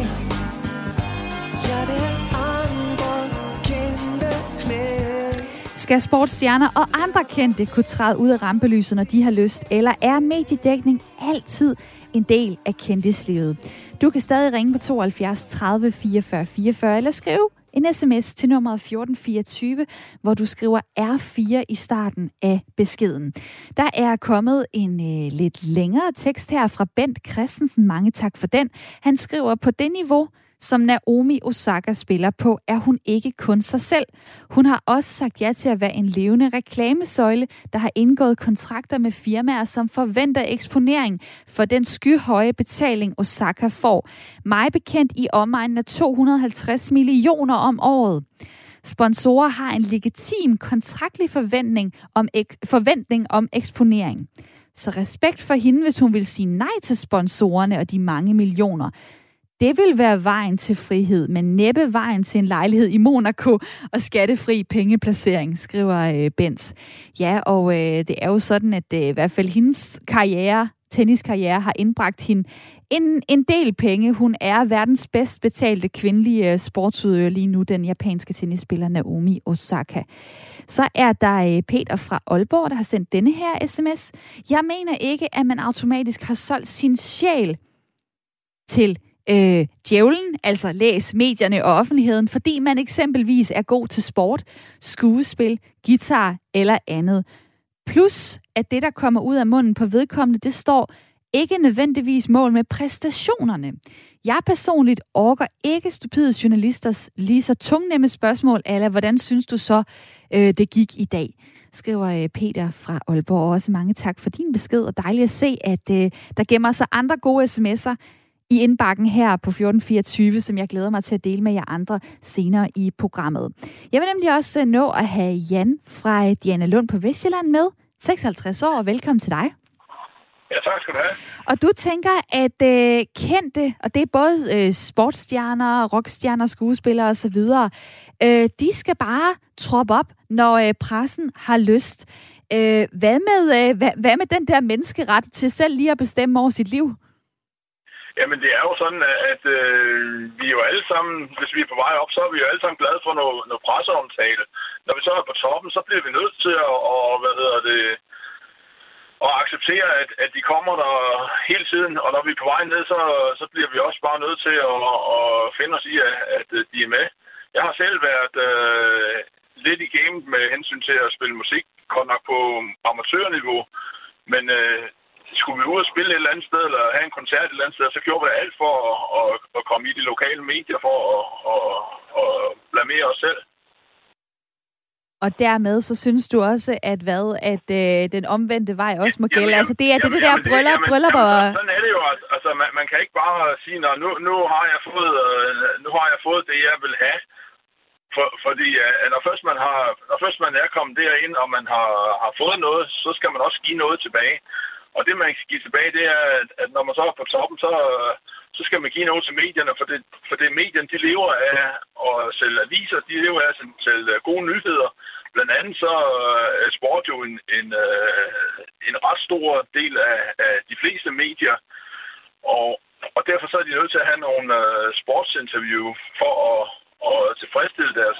Jeg vil andre kendte med. Skal sportsstjerner og andre kendte kunne træde ud af rampelyset, når de har lyst? Eller er mediedækning altid en del af kendtislivet? Du kan stadig ringe på tooghalvfjerds tredive fireogfyrre fireogfyrre eller skrive en sms til nummeret fjorten fireogtyve, hvor du skriver R fire i starten af beskeden. Der er kommet en øh, lidt længere tekst her fra Bent Christensen. Mange tak for den. Han skriver, på det niveau, som Naomi Osaka spiller på, er hun ikke kun sig selv. Hun har også sagt ja til at være en levende reklamesøjle, der har indgået kontrakter med firmaer, som forventer eksponering for den skyhøje betaling, Osaka får. Mig bekendt i omegnen af to hundrede og halvtreds millioner om året. Sponsorer har en legitim kontraktlig forventning om, ek- forventning om eksponering. Så respekt for hende, hvis hun vil sige nej til sponsorerne og de mange millioner. Det vil være vejen til frihed, men næppe vejen til en lejlighed i Monaco og skattefri pengeplacering, skriver øh, Bent. Ja, og øh, det er jo sådan, at øh, i hvert fald hendes karriere, tenniskarriere, har indbragt hende en, en del penge. Hun er verdens bedst betalte kvindelige øh, sportsudøver lige nu, den japanske tennisspiller Naomi Osaka. Så er der øh, Peter fra Aalborg, der har sendt denne her sms. Jeg mener ikke, at man automatisk har solgt sin sjæl til Øh, djævlen, altså læs medierne og offentligheden, fordi man eksempelvis er god til sport, skuespil, guitar eller andet. Plus, at det, der kommer ud af munden på vedkommende, det står ikke nødvendigvis mål med præstationerne. Jeg personligt orker ikke stupide journalisters lige så tungnemme spørgsmål, eller hvordan synes du så, øh, det gik i dag? Skriver øh, Peter fra Aalborg. Også mange tak for din besked, og dejligt at se, at øh, der gemmer sig andre gode sms'er i indbakken her på fjorten fireogtyve, som jeg glæder mig til at dele med jer andre senere i programmet. Jeg vil nemlig også nå at have Jan fra Diana Lund på Vestjylland med. seksoghalvtreds år, og velkommen til dig. Ja, tak skal du have. Og du tænker, at øh, kendte, og det er både øh, sportsstjerner, rockstjerner, skuespillere osv., øh, de skal bare troppe op, når øh, pressen har lyst. Øh, hvad, med, øh, hvad, hvad med den der menneskeret til selv lige at bestemme over sit liv? Jamen, det er jo sådan, at øh, vi er jo alle sammen, hvis vi er på vej op, så er vi jo alle sammen glade for noget, noget presseomtale. Når vi så er på toppen, så bliver vi nødt til at, og, hvad hedder det, at acceptere, at, at de kommer der hele tiden. Og når vi er på vej ned, så, så bliver vi også bare nødt til at, at finde os i, at, at de er med. Jeg har selv været øh, lidt i gamet med hensyn til at spille musik, godt nok på amatørniveau, men øh, skulle vi ud og spille et eller andet sted, eller have en koncert et eller andet sted, så gjorde vi alt for at, at, at komme i de lokale medier for at, at, at blamere os selv. Og dermed så synes du også, at hvad, at øh, den omvendte vej også må gælde. Jamen, altså det er jamen, det, det der bryllup, bryllup og... Jamen, sådan er det jo. Altså man, man kan ikke bare sige, at nu, nu har jeg fået, øh, nu har jeg fået det, jeg vil have. For, fordi øh, når først man har, når først man er kommet derind, og man har, har fået noget, så skal man også give noget tilbage. Og det man kan give tilbage, det er, at når man så er på toppen, så, så skal man give noget til medierne, for det, for det medierne, de lever af at sælge aviser, de lever af at sælge gode nyheder. Blandt andet så er sport jo en, en, en ret stor del af, af de fleste medier, og, og derfor så er de nødt til at have nogle sportsinterview for at, at tilfredsstille deres,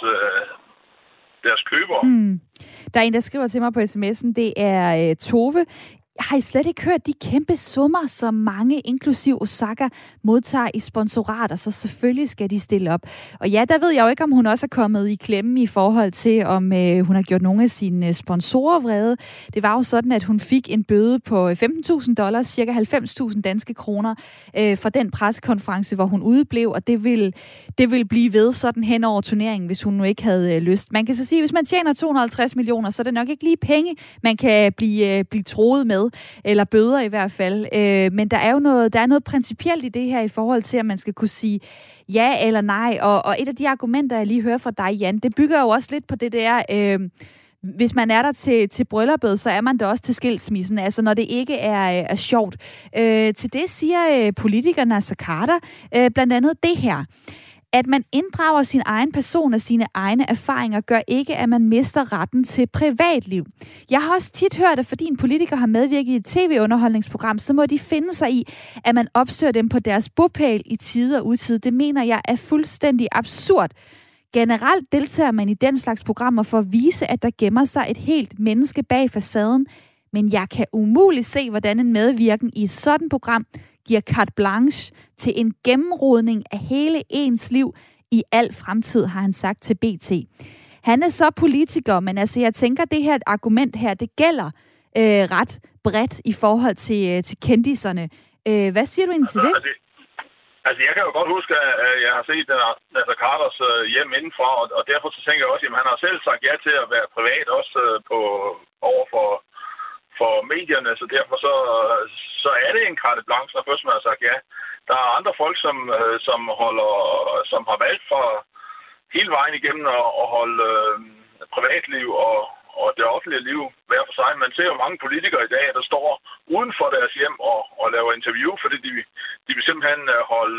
deres købere. Mm. Der er en, der skriver til mig på sms'en, det er uh, Tove. Har I slet ikke hørt de kæmpe summer, som mange, inklusiv Osaka, modtager i sponsorater, så selvfølgelig skal de stille op. Og ja, der ved jeg jo ikke, om hun også er kommet i klemme i forhold til, om øh, hun har gjort nogle af sine sponsorer vrede. Det var jo sådan, at hun fik en bøde på femten tusind dollars, cirka halvfems tusind danske kroner, øh, for den pressekonference, hvor hun udeblev, og det vil, det vil blive ved sådan hen over turneringen, hvis hun nu ikke havde øh, lyst. Man kan så sige, at hvis man tjener to hundrede og halvtreds millioner, så er det nok ikke lige penge, man kan blive, øh, blive troet med, eller bøder i hvert fald. Øh, men der er jo noget, der er noget principielt i det her i forhold til, at man skal kunne sige ja eller nej. Og, og et af de argumenter, jeg lige hører fra dig, Jan, det bygger jo også lidt på det der, øh, hvis man er der til, til brylluppet, så er man der også til skilsmissen, altså når det ikke er, er sjovt. Øh, til det siger øh, politikerne Naser Khader øh, blandt andet det her. At man inddrager sin egen person og sine egne erfaringer, gør ikke, at man mister retten til privatliv. Jeg har også tit hørt, at fordi en politiker har medvirket i et tv-underholdningsprogram, så må de finde sig i, at man opsøger dem på deres bopæl i tide og utide. Det mener jeg er fuldstændig absurd. Generelt deltager man i den slags programmer for at vise, at der gemmer sig et helt menneske bag facaden. Men jeg kan umuligt se, hvordan en medvirken i et sådan program giver carte blanche til en gennemrodning af hele ens liv i al fremtid, har han sagt til B T. Han er så politiker, men altså jeg tænker, at det her argument her, det gælder øh, ret bredt i forhold til, til kendiserne. Øh, hvad siger du egentlig til det? Altså, altså jeg kan jo godt huske, at jeg har set Naser Khaders hjem indenfra, og, og derfor så tænker jeg også, at han har selv sagt ja til at være privat, også på overfor for medierne, så derfor så, så er det en carte blanche, når først man har sagt ja. Der er andre folk, som, som, holder, som har valgt for hele vejen igennem at, at holde øh, privatliv og, og det offentlige liv hver for sig. Man ser jo mange politikere i dag, der står uden for deres hjem og, og laver interview, fordi de, de vil simpelthen holde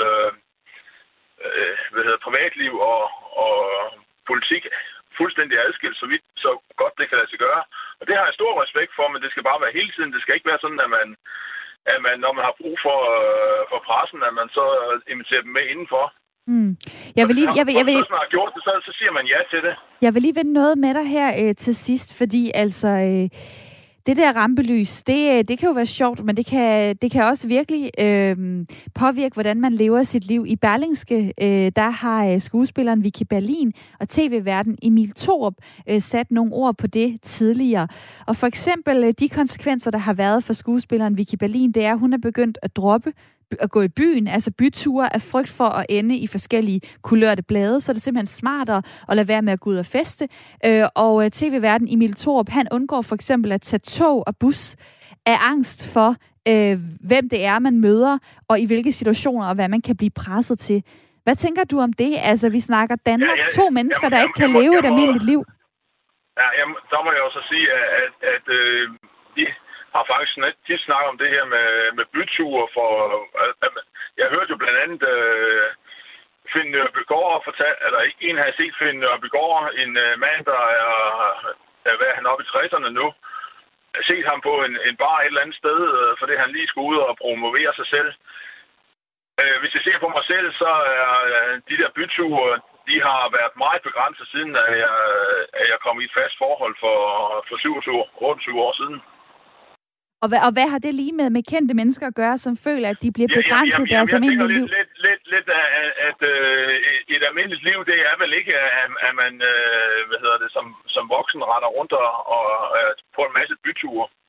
øh, hvad hedder, privatliv og, og politik fuldstændig adskilt, så vidt så godt det kan lade sig gøre. Og det har jeg stor respekt for, men det skal bare være hele tiden. Det skal ikke være sådan, at man, at man når man har brug for, øh, for pressen, at man så inviterer dem med indenfor. Mm. Jeg vil lige, jeg vil, jeg vil, hvis man har gjort det, så, så siger man ja til det. Jeg vil lige vende noget med dig her øh, til sidst, fordi altså... Øh Det der rampelys, det, det kan jo være sjovt, men det kan, det kan også virkelig øh, påvirke, hvordan man lever sit liv. I Berlingske, øh, der har skuespilleren Vicky Berlin og tv-værten Emil Thorup øh, sat nogle ord på det tidligere. Og for eksempel de konsekvenser, der har været for skuespilleren Vicky Berlin, det er, at hun er begyndt at droppe at gå i byen, altså byture af frygt for at ende i forskellige kulørte blade, så er det simpelthen smartere at lade være med at gå ud og feste. Øh, og tv-værten Emil Thorup, han undgår for eksempel at tage tog og bus af angst for, øh, hvem det er, man møder, og i hvilke situationer, og hvad man kan blive presset til. Hvad tænker du om det? Altså, vi snakker Danmark, ja, ja, to mennesker, der ikke kan jeg, leve jeg, jeg, et almindeligt liv. Ja, jeg, der må jeg også sige, at, at, at øh, de har faktisk tit snakket om det her med, med byture. For, at, jeg hørte jo blandt andet øh, Finn Nørbegaard fortalt, eller en har set Finn Nørbegaard, en øh, mand, der er, er hvad, han er oppe i tresserne nu, set ham på en, en bar et eller andet sted, øh, fordi han lige skulle ud og promovere sig selv. Øh, hvis jeg ser på mig selv, så er øh, de der byture, de har været meget begrænset siden, at jeg, at jeg kom i et fast forhold for, for syvogtyve, otteogtyve år siden. Og hvad, og hvad har det lige med, med kendte mennesker at gøre, som føler, at de bliver begrænset i deres almindelige liv? Lidt, lidt, lidt at, at øh, et almindeligt liv, det er vel ikke, at, at man øh, hvad hedder det, som, som voksen retter rundt og, og øh, på en masse byture.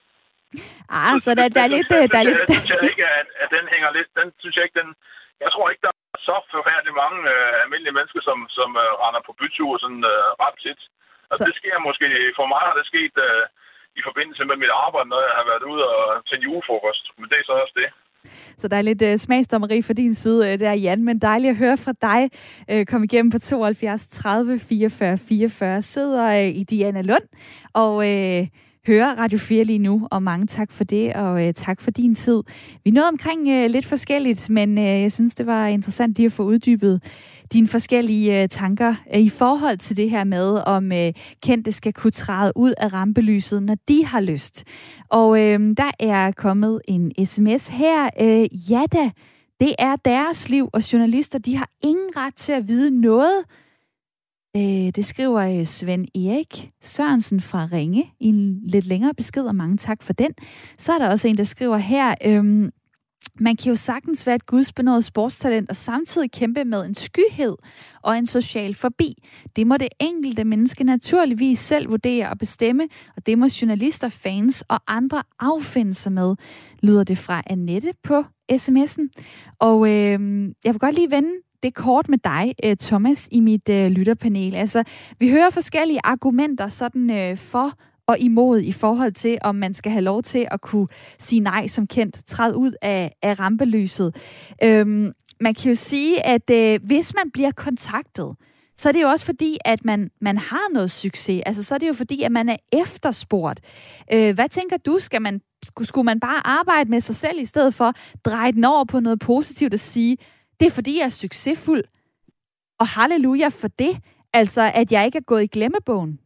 Ah, så der, der er lidt... Der, der er lidt... Jeg synes jeg ikke, at, at den hænger lidt... Den synes jeg ikke, den... Jeg tror ikke, der er så forfærdeligt mange øh, almindelige mennesker, som, som øh, render på bytur sådan øh, ret tit. Altså, så... det sker måske... For mig har det sket øh, i forbindelse med mit arbejde, når jeg har været ude og til en julefrokost. Men det er så også det. Så der er lidt uh, smagsdommeri fra din side uh, der, Jan, men dejligt at høre fra dig. Uh, kom igennem på tooghalvfjerds tredive fireogfyrre fireogfyrre. Sidder uh, i Diana Lund og uh, hører Radio fire lige nu, og mange tak for det, og uh, tak for din tid. Vi nåede omkring uh, lidt forskelligt, men uh, jeg synes, det var interessant lige at få uddybet dine forskellige uh, tanker uh, i forhold til det her med, om uh, kendte skal kunne træde ud af rampelyset, når de har lyst. Og uh, der er kommet en sms her. Uh, ja da, det er deres liv, og journalister, de har ingen ret til at vide noget. Uh, det skriver uh, Svend Erik Sørensen fra Ringe i en lidt længere besked, og mange tak for den. Så er der også en, der skriver her... Um, Man kan jo sagtens være et gudsbenådet sportstalent og samtidig kæmpe med en skyhed og en social fobi. Det må det enkelte menneske naturligvis selv vurdere og bestemme, og det må journalister, fans og andre affinde sig med, lyder det fra Annette på sms'en. Og øh, jeg vil godt lige vende det kort med dig, Thomas, i mit øh, lytterpanel. Altså, vi hører forskellige argumenter sådan øh, for og imod i forhold til, om man skal have lov til at kunne sige nej som kendt, træde ud af, af rampelyset. Øhm, man kan jo sige, at øh, hvis man bliver kontaktet, så er det jo også fordi, at man, man har noget succes. Altså, så er det jo fordi, at man er efterspurgt. Øh, hvad tænker du? Skal man, skulle man bare arbejde med sig selv, i stedet for dreje den over på noget positivt og sige, det er fordi, jeg er succesfuld, og halleluja for det, altså at jeg ikke er gået i glemmebogen?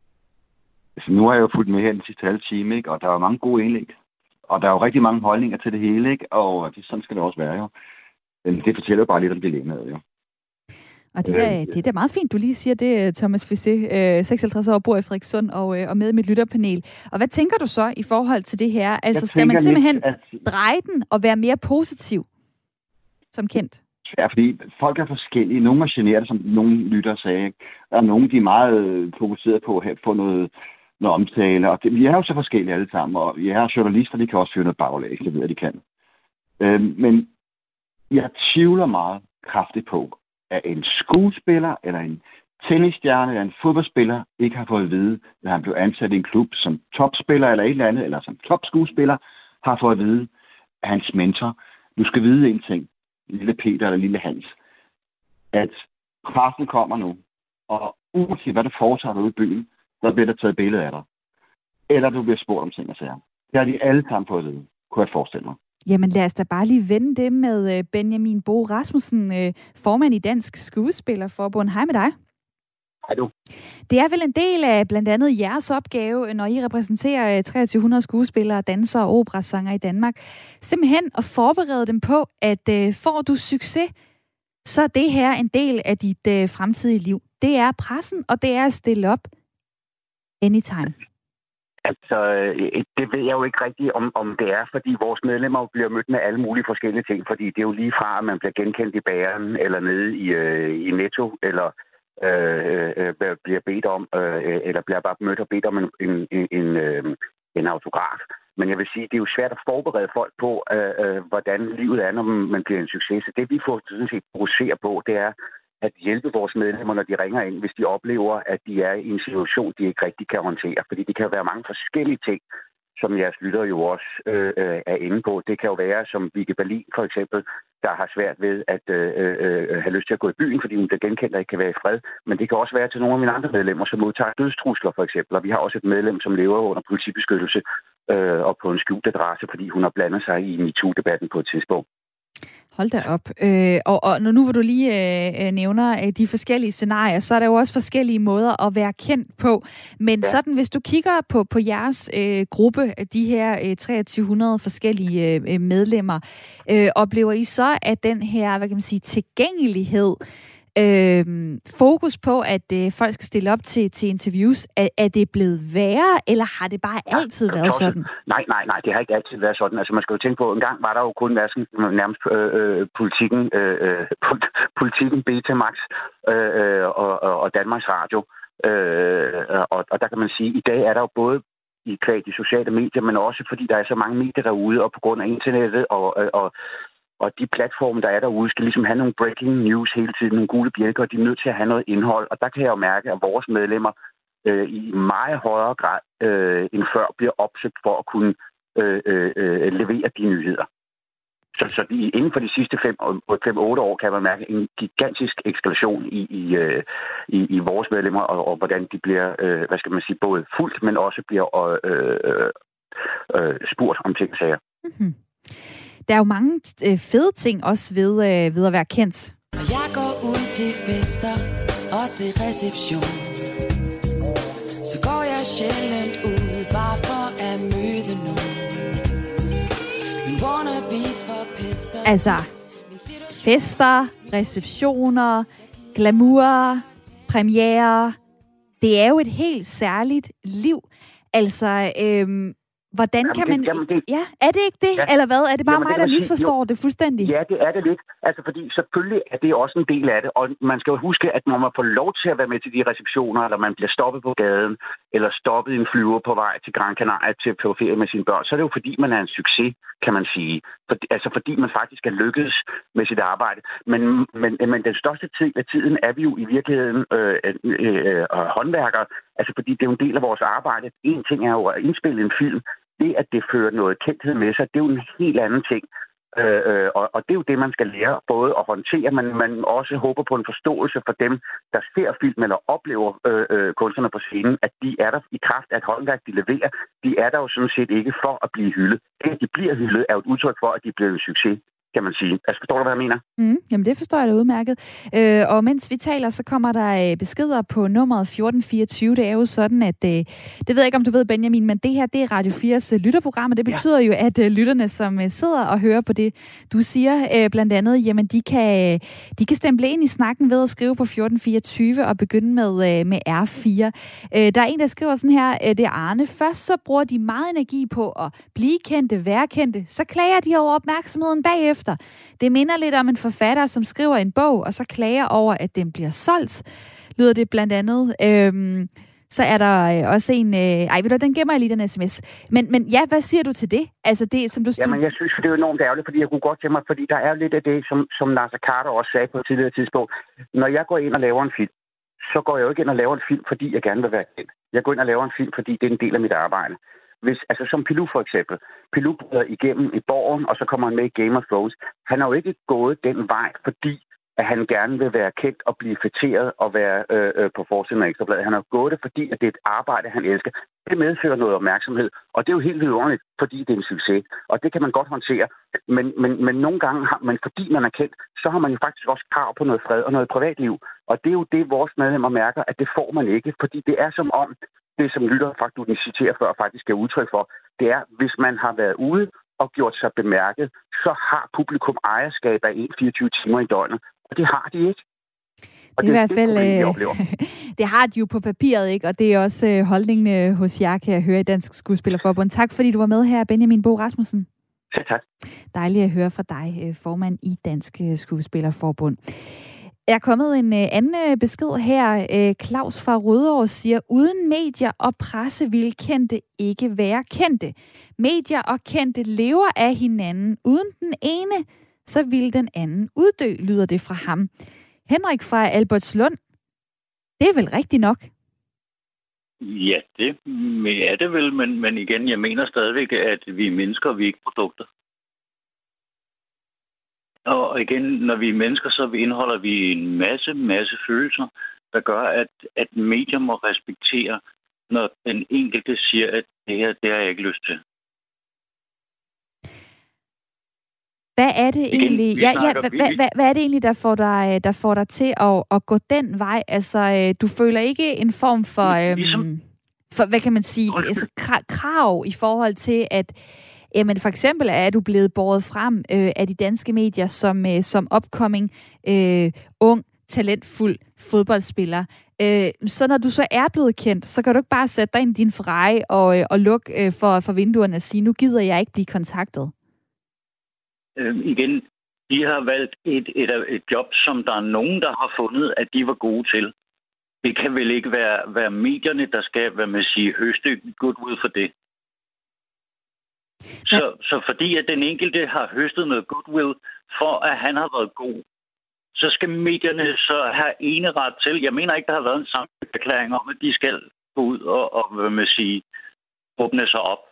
Altså, nu har jeg jo fulgt med her den sidste halve time, ikke? Og der er jo mange gode indlæg. Og der er jo rigtig mange holdninger til det hele, ikke? Og det, sådan skal det også være, jo. Men det fortæller jo bare lidt om dilemmaet, jo. Og det er, det er da meget fint, du lige siger det, Thomas Fissé, øh, seksoghalvtreds år, bor i Frederikssund og, øh, og med i mit lytterpanel. Og hvad tænker du så i forhold til det her? Altså, jeg skal man simpelthen lidt, at... dreje den og være mere positiv, som kendt? Ja, fordi folk er forskellige. Nogle er generet, som nogle lyttere sagde. Der er nogle, de er meget fokuseret på at få noget... noget omtale, og det, vi er jo så forskellige alle sammen, og vi er journalister, de kan også føre noget baglæg, det ved jeg, de kan. Øhm, men jeg tvivler meget kraftigt på, at en skuespiller, eller en tennisstjerne, eller en fodboldspiller, ikke har fået at vide, at han blev ansat i en klub som topspiller, eller et eller andet, eller som topskuespiller, har fået at vide, at hans mentor, du skal vide en ting, lille Peter eller lille Hans, at pressen kommer nu, og uanset hvad du foretager dig ude i byen, der bliver der taget billeder af dig. Eller du bliver spurgt om ting og sager. Det har de alle sammen fået at vide, kunne jeg forestille mig. Jamen lad os da bare lige vende det med Benjamin Bo Rasmussen, formand i Dansk Skuespillerforbund. Hej med dig. Hej du. Det er vel en del af blandt andet jeres opgave, når I repræsenterer treogtyve hundrede skuespillere, dansere og operasanger i Danmark, simpelthen at forberede dem på, at får du succes, så er det her en del af dit fremtidige liv. Det er pressen, og det er at stille op anytime. Altså, det ved jeg jo ikke rigtigt, om, om det er, fordi vores medlemmer bliver mødt med alle mulige forskellige ting, fordi det er jo lige fra, at man bliver genkendt i bageren, eller nede i, øh, i Netto, eller øh, øh, bliver bedt om, øh, eller bliver bare mødt og bedt om en, en, en, øh, en autograf. Men jeg vil sige, det er jo svært at forberede folk på, øh, øh, hvordan livet er, når man bliver en succes. Så det vi får sådan set fokusere på, det er at hjælpe vores medlemmer, når de ringer ind, hvis de oplever, at de er i en situation, de ikke rigtig kan håndtere. Fordi det kan jo være mange forskellige ting, som jeres lyttere jo også øh, er inde på. Det kan jo være, som Vicky Berlin for eksempel, der har svært ved at øh, øh, have lyst til at gå i byen, fordi hun bliver genkendt og ikke kan være i fred. Men det kan også være til nogle af mine andre medlemmer, som modtager dødstrusler for eksempel. Og vi har også et medlem, som lever under politibeskyttelse øh, og på en skjult adresse, fordi hun har blandet sig i MeToo-debatten på et tidspunkt. Hold da op. Øh, og, og nu hvor du lige øh, nævner øh, de forskellige scenarier, så er der jo også forskellige måder at være kendt på. Men ja. Sådan, hvis du kigger på, på jeres øh, gruppe, de her øh, treogtyve hundrede forskellige øh, medlemmer, øh, oplever I så, at den her, hvad kan man sige, tilgængelighed, øh, fokus på, at øh, folk skal stille op til, til interviews, er, er det blevet værre, eller har det bare altid ja, været også, sådan? Nej, nej, nej, det har ikke altid været sådan. Altså man skal jo tænke på, en gang var der jo kun været sådan, nærmest øh, øh, politikken, øh, politikken Betamax øh, og, og, og Danmarks Radio. Øh, og, og der kan man sige, at i dag er der jo både i kvad de sociale medier, men også fordi der er så mange medier derude, og på grund af internettet og, og, og de platforme, der er derude, skal ligesom have nogle breaking news hele tiden, nogle gule bjælker, og de er nødt til at have noget indhold. Og der kan jeg jo mærke, at vores medlemmer øh, i meget højere grad øh, end før bliver opsøgt for at kunne øh, øh, levere de nyheder. Så, så de, inden for de sidste fem otte år kan man mærke en gigantisk eskalation i, i, i, i vores medlemmer, og, og hvordan de bliver, øh, hvad skal man sige, både fuldt, men også bliver øh, øh, øh, spurgt om ting og sager. Mm-hmm. Der er jo mange øh, fede ting også ved, øh, ved at være kendt. Når jeg går ud til fester og til reception, så går jeg sjældent ud bare for at møde nogen. Altså, fester, receptioner, glamour, premiere, det er jo et helt særligt liv. Altså, øhm, hvordan jamen, kan man... Det, jamen, det, ja, er det ikke det? Ja. Eller hvad? Er det bare jamen, mig, der misforstår det fuldstændig? Ja, det er det lidt. Altså, fordi selvfølgelig er det også en del af det, og man skal jo huske, at når man får lov til at være med til de receptioner, eller man bliver stoppet på gaden, eller stoppet i en flyver på vej til Gran Canaria til på ferie med sine børn, så er det jo fordi, man er en succes, kan man sige. For, altså fordi man faktisk er lykkedes med sit arbejde. Men, men, men den største tid af tiden er vi jo i virkeligheden øh, øh, øh, håndværkere, altså fordi det er jo en del af vores arbejde. En ting er jo at indspille en film. Det, at det fører noget kendthed med sig, det er jo en helt anden ting. Øh, øh, og, og det er jo det, man skal lære både at håndtere, men man også håber på en forståelse for dem, der ser film eller oplever øh, øh, kunstnerne på scenen, at de er der i kraft af et håndværk, de leverer. De er der jo sådan set ikke for at blive hyldet. Det, at de bliver hyldet, er jo et udtryk for, at de bliver en succes, kan man sige. Altså, forstår du, hvad jeg mener? Mm, jamen, det forstår jeg da udmærket. Øh, og mens vi taler, så kommer der beskeder på nummeret fjorten fireogtyve. Det er jo sådan, at øh, det ved jeg ikke, om du ved, Benjamin, men det her, det er Radio fires lytterprogram, og det betyder ja. jo, at øh, lytterne, som øh, sidder og hører på det, du siger øh, blandt andet, jamen, de kan, de kan stemple ind i snakken ved at skrive på fjorten fireogtyve og begynde med, øh, med R fire. Øh, der er en, der skriver sådan her, øh, det er Arne. Først så bruger de meget energi på at blive kendte, være kendte, så klager de over opmærksomheden bagefter. Det minder lidt om en forfatter, som skriver en bog, og så klager over, at den bliver solgt, lyder det blandt andet. Øhm, så er der også en... Øh, ej, ved du, den gemmer jeg lige, den sms. Men, men ja, hvad siger du til det? Altså det, som du... Jamen, jeg synes, det er enormt ærgerligt, fordi jeg kunne godt tænke mig, fordi der er lidt af det, som, som Nasser Carter også sagde på et tidligere tidspunkt. Når jeg går ind og laver en film, så går jeg jo ikke ind og laver en film, fordi jeg gerne vil være kendt. Jeg går ind og laver en film, fordi det er en del af mit arbejde. Hvis, altså som Pilou for eksempel. Pilou bryder igennem i Borgen, og så kommer han med i Game of Thrones. Han har jo ikke gået den vej, fordi at han gerne vil være kendt og blive fætteret og være øh, øh, på forsiden af Ekstrabladet. Han har gået det, fordi at det er et arbejde, han elsker. Det medfører noget opmærksomhed, og det er jo helt vidunderligt, fordi det er en succes. Og det kan man godt håndtere. Men, men, men nogle gange, har man, fordi man er kendt, så har man jo faktisk også krav på noget fred og noget privatliv. Og det er jo det, vores medlemmer mærker, at det får man ikke, fordi det er som om, det som lytter faktisk, du citerer før, faktisk er udtryk for, det er, hvis man har været ude og gjort sig bemærket, så har publikum ejerskab af en fireogtyve timer i døgnet. Og det har de ikke. Og det er i hvert fald, det, øh, det har de jo på papiret, ikke? Og det er også øh, holdningen hos jer, kan jeg høre, i Dansk Skuespillerforbund. Tak fordi du var med her, Benjamin Bo Rasmussen. Ja, tak. Dejligt at høre fra dig, formand i Dansk Skuespillerforbund. Der er kommet en øh, anden øh, besked her. Øh, Claus fra Rødovre siger, uden medier og presse vil kendte ikke være kendte. Medier og kendte lever af hinanden. Uden den ene, så vil den anden uddø, lyder det fra ham. Henrik fra Albertslund, det er vel rigtigt nok? Ja, det er det vel, men, men igen, jeg mener stadigvæk, at vi er mennesker, og vi er ikke produkter. Og igen, når vi er mennesker, så indeholder vi en masse, masse følelser, der gør, at, at medier må respektere, når den enkelte siger, at det her, det har jeg ikke lyst til. Hvad er det igen, egentlig? Ja, ja, hvad, hvad, hvad, hvad er det egentlig, der får dig, der får dig til at, at gå den vej? Altså, du føler ikke en form for, ligesom, øhm, for hvad kan man sige, altså, krav i forhold til, at jamen, for eksempel er du blevet båret frem øh, af de danske medier som, øh, som upcoming, øh, ung, talentfuld fodboldspiller. Øh, så når du så er blevet kendt, så kan du ikke bare sætte dig ind i din Ferrari og, øh, og lukke øh, for, for vinduerne og sige, nu gider jeg ikke blive kontaktet. Øh, igen, de har valgt et, et, et job, som der er nogen, der har fundet, at de var gode til. det kan vel ikke være, være medierne, der skal, hvad man siger, høste goodwill for det. Så, så fordi at den enkelte har høstet noget goodwill for, at han har været god, så skal medierne så have eneret til. Jeg mener ikke, der har været en samtaleerklæring om, at de skal gå ud og, og hvad man siger, åbne sig op.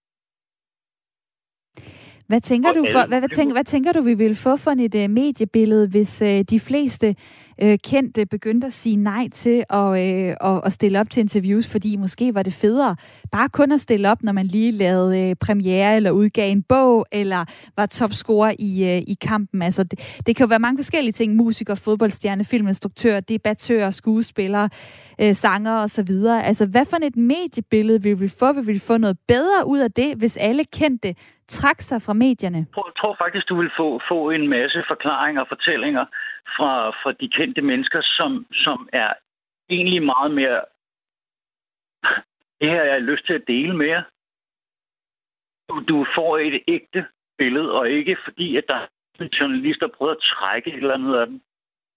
Hvad tænker, du for, hvad, hvad, tænker, hvad tænker du, vi vil få for et uh, mediebillede, hvis uh, de fleste uh, kendte begyndte at sige nej til at, uh, at, at stille op til interviews, fordi måske var det federe bare kun at stille op, når man lige lavede uh, premiere eller udgav en bog, eller var topscorer i, uh, i kampen. Altså, det, det kan jo være mange forskellige ting. Musiker, fodboldstjerne, filminstruktør, debattører, skuespillere, uh, sanger osv. Altså, hvad for et mediebillede vil vi få? Vil vi få noget bedre ud af det, hvis alle kendte trak sig fra medierne? Jeg tror, tror faktisk, du vil få, få en masse forklaringer og fortællinger fra, fra de kendte mennesker, som, som er egentlig meget mere... Det her jeg har lyst til at dele med jer. Du, du får et ægte billede, og ikke fordi, at der er journalister, der prøver at trække et eller andet af dem.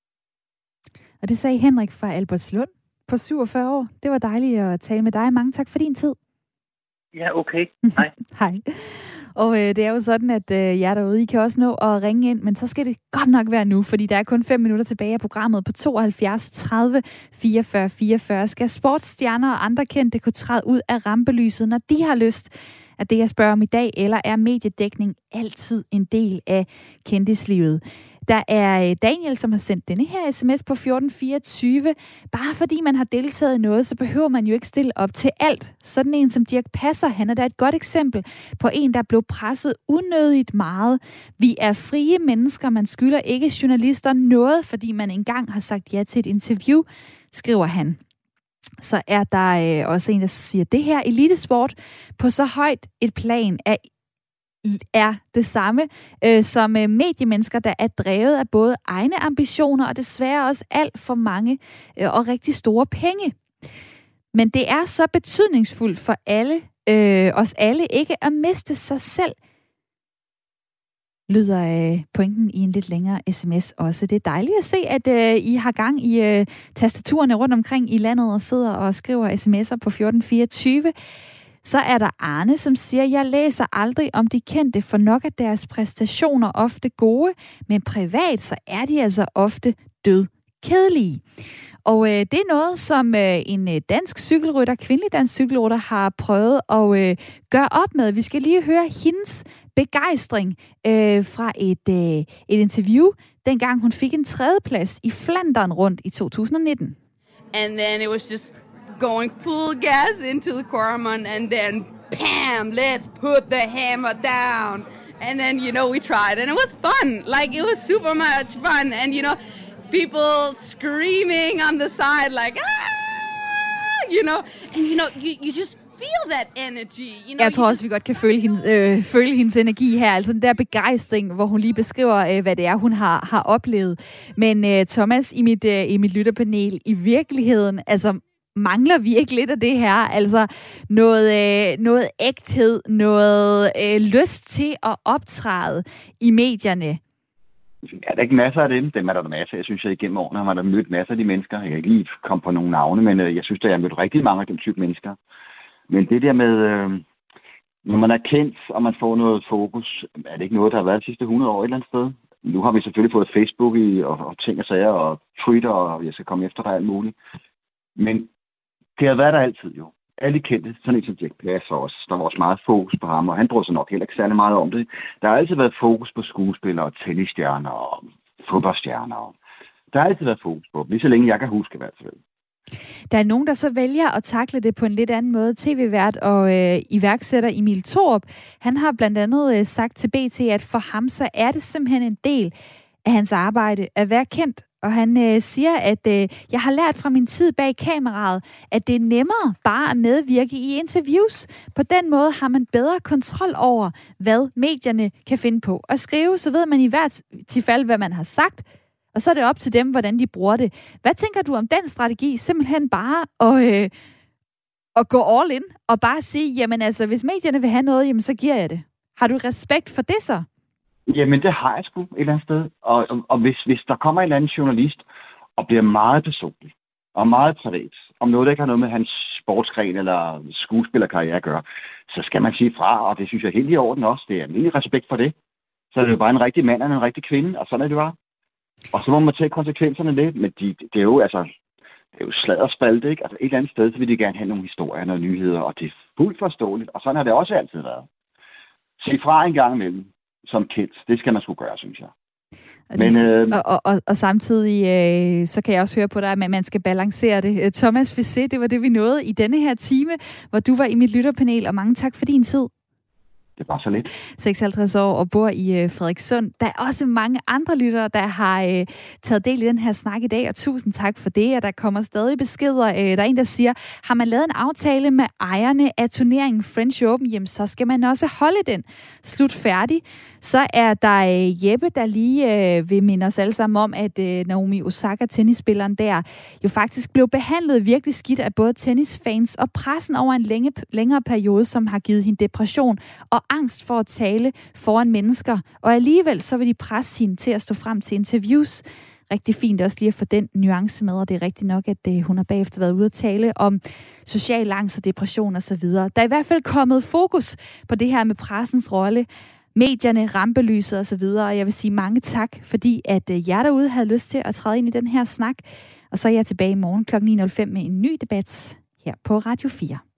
Og det sagde Henrik fra Albertslund på syvogfyrre år. Det var dejligt at tale med dig. Mange tak for din tid. Ja, okay. Hej. Hej. Og øh, det er jo sådan, at øh, jer derude, I kan også nå at ringe ind, men så skal det godt nok være nu, fordi der er kun fem minutter tilbage af programmet på tooghalvfjerds tredive fireogfyrre fireogfyrre. Skal sportsstjerner og andre kendte kunne træde ud af rampelyset, når de har lyst? Er det, jeg spørger om i dag, eller er mediedækning altid en del af kendislivet? Der er Daniel, som har sendt denne her sms på fjorten fireogtyve. Bare fordi man har deltaget i noget, så behøver man jo ikke stille op til alt. Sådan en som Dirch Passer, han er da et godt eksempel på en, der blev presset unødigt meget. Vi er frie mennesker, man skylder ikke journalister noget, fordi man engang har sagt ja til et interview, skriver han. Så er der øh, også en, der siger, det her elitesport på så højt et plan er er det samme øh, som øh, mediemennesker, der er drevet af både egne ambitioner og desværre også alt for mange øh, og rigtig store penge. Men det er så betydningsfuldt for alle, øh, os alle, ikke at miste sig selv, lyder øh, pointen i en lidt længere sms også. Det er dejligt at se, at øh, I har gang i øh, tastaturerne rundt omkring i landet og sidder og skriver sms'er på fjorten fireogtyve. Så er der Arne, som siger, jeg læser aldrig om de kendte, for nok af deres præstationer ofte gode, men privat så er de altså ofte død kedelige. Og øh, det er noget, som øh, en øh, dansk cykelrytter, kvindelig dansk cykelrytter, har prøvet at øh, gøre op med. Vi skal lige høre hendes begejstring øh, fra et, øh, et interview, dengang hun fik en tredjeplads i Flandern rundt i to tusind og nitten. And then it was just going full gas into the Coromon, and then bam, let's put the hammer down. And then, you know, we tried, and it was fun. Like, it was super much fun. And, you know, people screaming on the side, like, ah, you know. And, you know, you, you just feel that energy. You know, jeg tror også, vi godt kan føle hendes, øh, føle hendes energi her. Altså den der begejstring, hvor hun lige beskriver, øh, hvad det er, hun har, har oplevet. Men øh, Thomas, i mit, øh, i mit lytterpanel, i virkeligheden, altså, mangler vi ikke lidt af det her? Altså noget, øh, noget ægthed, noget øh, lyst til at optræde i medierne? Er der ikke masser af dem? Dem er der masser. Jeg synes, at igennem årene har man da mødt masser af de mennesker. Jeg kan ikke lige komme på nogle navne, men øh, jeg synes, at jeg har mødt rigtig mange af de type mennesker. Men det der med, øh, når man er kendt, og man får noget fokus, er det ikke noget, der har været de sidste hundrede år et eller andet sted? Nu har vi selvfølgelig fået Facebook i, og, og ting og sager, og Twitter, og jeg skal komme efter dig alt muligt. Men det har været der altid jo. Alle kendte, sådan en som Dirch Passer også. Der var også meget fokus på ham, og han brød sig nok heller ikke særlig meget om det. Der har altid været fokus på skuespillere, tennisstjerner og fodboldstjerner. Der har altid været fokus på dem, lige så længe jeg kan huske i hvert fald. Der er nogen, der så vælger at takle det på en lidt anden måde. T V-vært og øh, iværksætter Emil Thorup, han har blandt andet øh, sagt til B T, at for ham så er det simpelthen en del af hans arbejde at være kendt. Og han øh, siger, at øh, jeg har lært fra min tid bag kameraet, at det er nemmere bare at medvirke i interviews. På den måde har man bedre kontrol over, hvad medierne kan finde på at skrive. Så ved man i hvert tilfælde, hvad man har sagt, og så er det op til dem, hvordan de bruger det. Hvad tænker du om den strategi? Simpelthen bare at, øh, at gå all in og bare sige, jamen altså, hvis medierne vil have noget, jamen så giver jeg det. Har du respekt for det så? Jamen, det har jeg sgu et eller andet sted. Og, og, og hvis, hvis der kommer en eller anden journalist og bliver meget personlig, og meget privat, om noget, der ikke har noget med hans sportsgren eller skuespillerkarriere at gøre, så skal man sige fra, og det synes jeg er helt i orden også. Det er en respekt for det. Så er det jo bare en rigtig mand og en rigtig kvinde, og sådan er det bare. Og så må man tage konsekvenserne lidt, men de, det er jo altså, det er jo sladderspalte, ikke? Altså et eller andet sted, så vil de gerne have nogle historier, nogle nyheder, og det er fuldt forståeligt, og sådan har det også altid været. Se fra en gang imellem, som kids, det skal man sgu gøre, synes jeg. Og, Men, det, øh, og, og, og, og samtidig, øh, så kan jeg også høre på dig, at man skal balancere det. Thomas Fessé, det var det, vi nåede i denne her time, hvor du var i mit lytterpanel, og mange tak for din tid. Det var så lidt. seksoghalvtreds år og bor i øh, Frederikssund. Der er også mange andre lyttere, der har øh, taget del i den her snak i dag, og tusind tak for det, og der kommer stadig beskeder. Øh, der er en, der siger, har man lavet en aftale med ejerne af turneringen French Open, jamen så skal man også holde den. Slut færdig. Så er der øh, Jeppe, der lige øh, vil minde os alle sammen om, at øh, Naomi Osaka, tennisspilleren der, jo faktisk blev behandlet virkelig skidt af både tennisfans og pressen over en længe, længere periode, som har givet hende depression og angst for at tale foran mennesker. Og alligevel så vil de presse hende til at stå frem til interviews. Rigtig fint også lige at få den nuance med, og det er rigtigt nok, at øh, hun har bagefter været ude at tale om social angst og depression osv. Der er i hvert fald kommet fokus på det her med pressens rolle, medierne, rampelyset og så videre, og jeg vil sige mange tak, fordi at øh, jer derude havde lyst til at træde ind i den her snak, og så er jeg tilbage i morgen klokken ni nul fem med en ny debat her på Radio fire.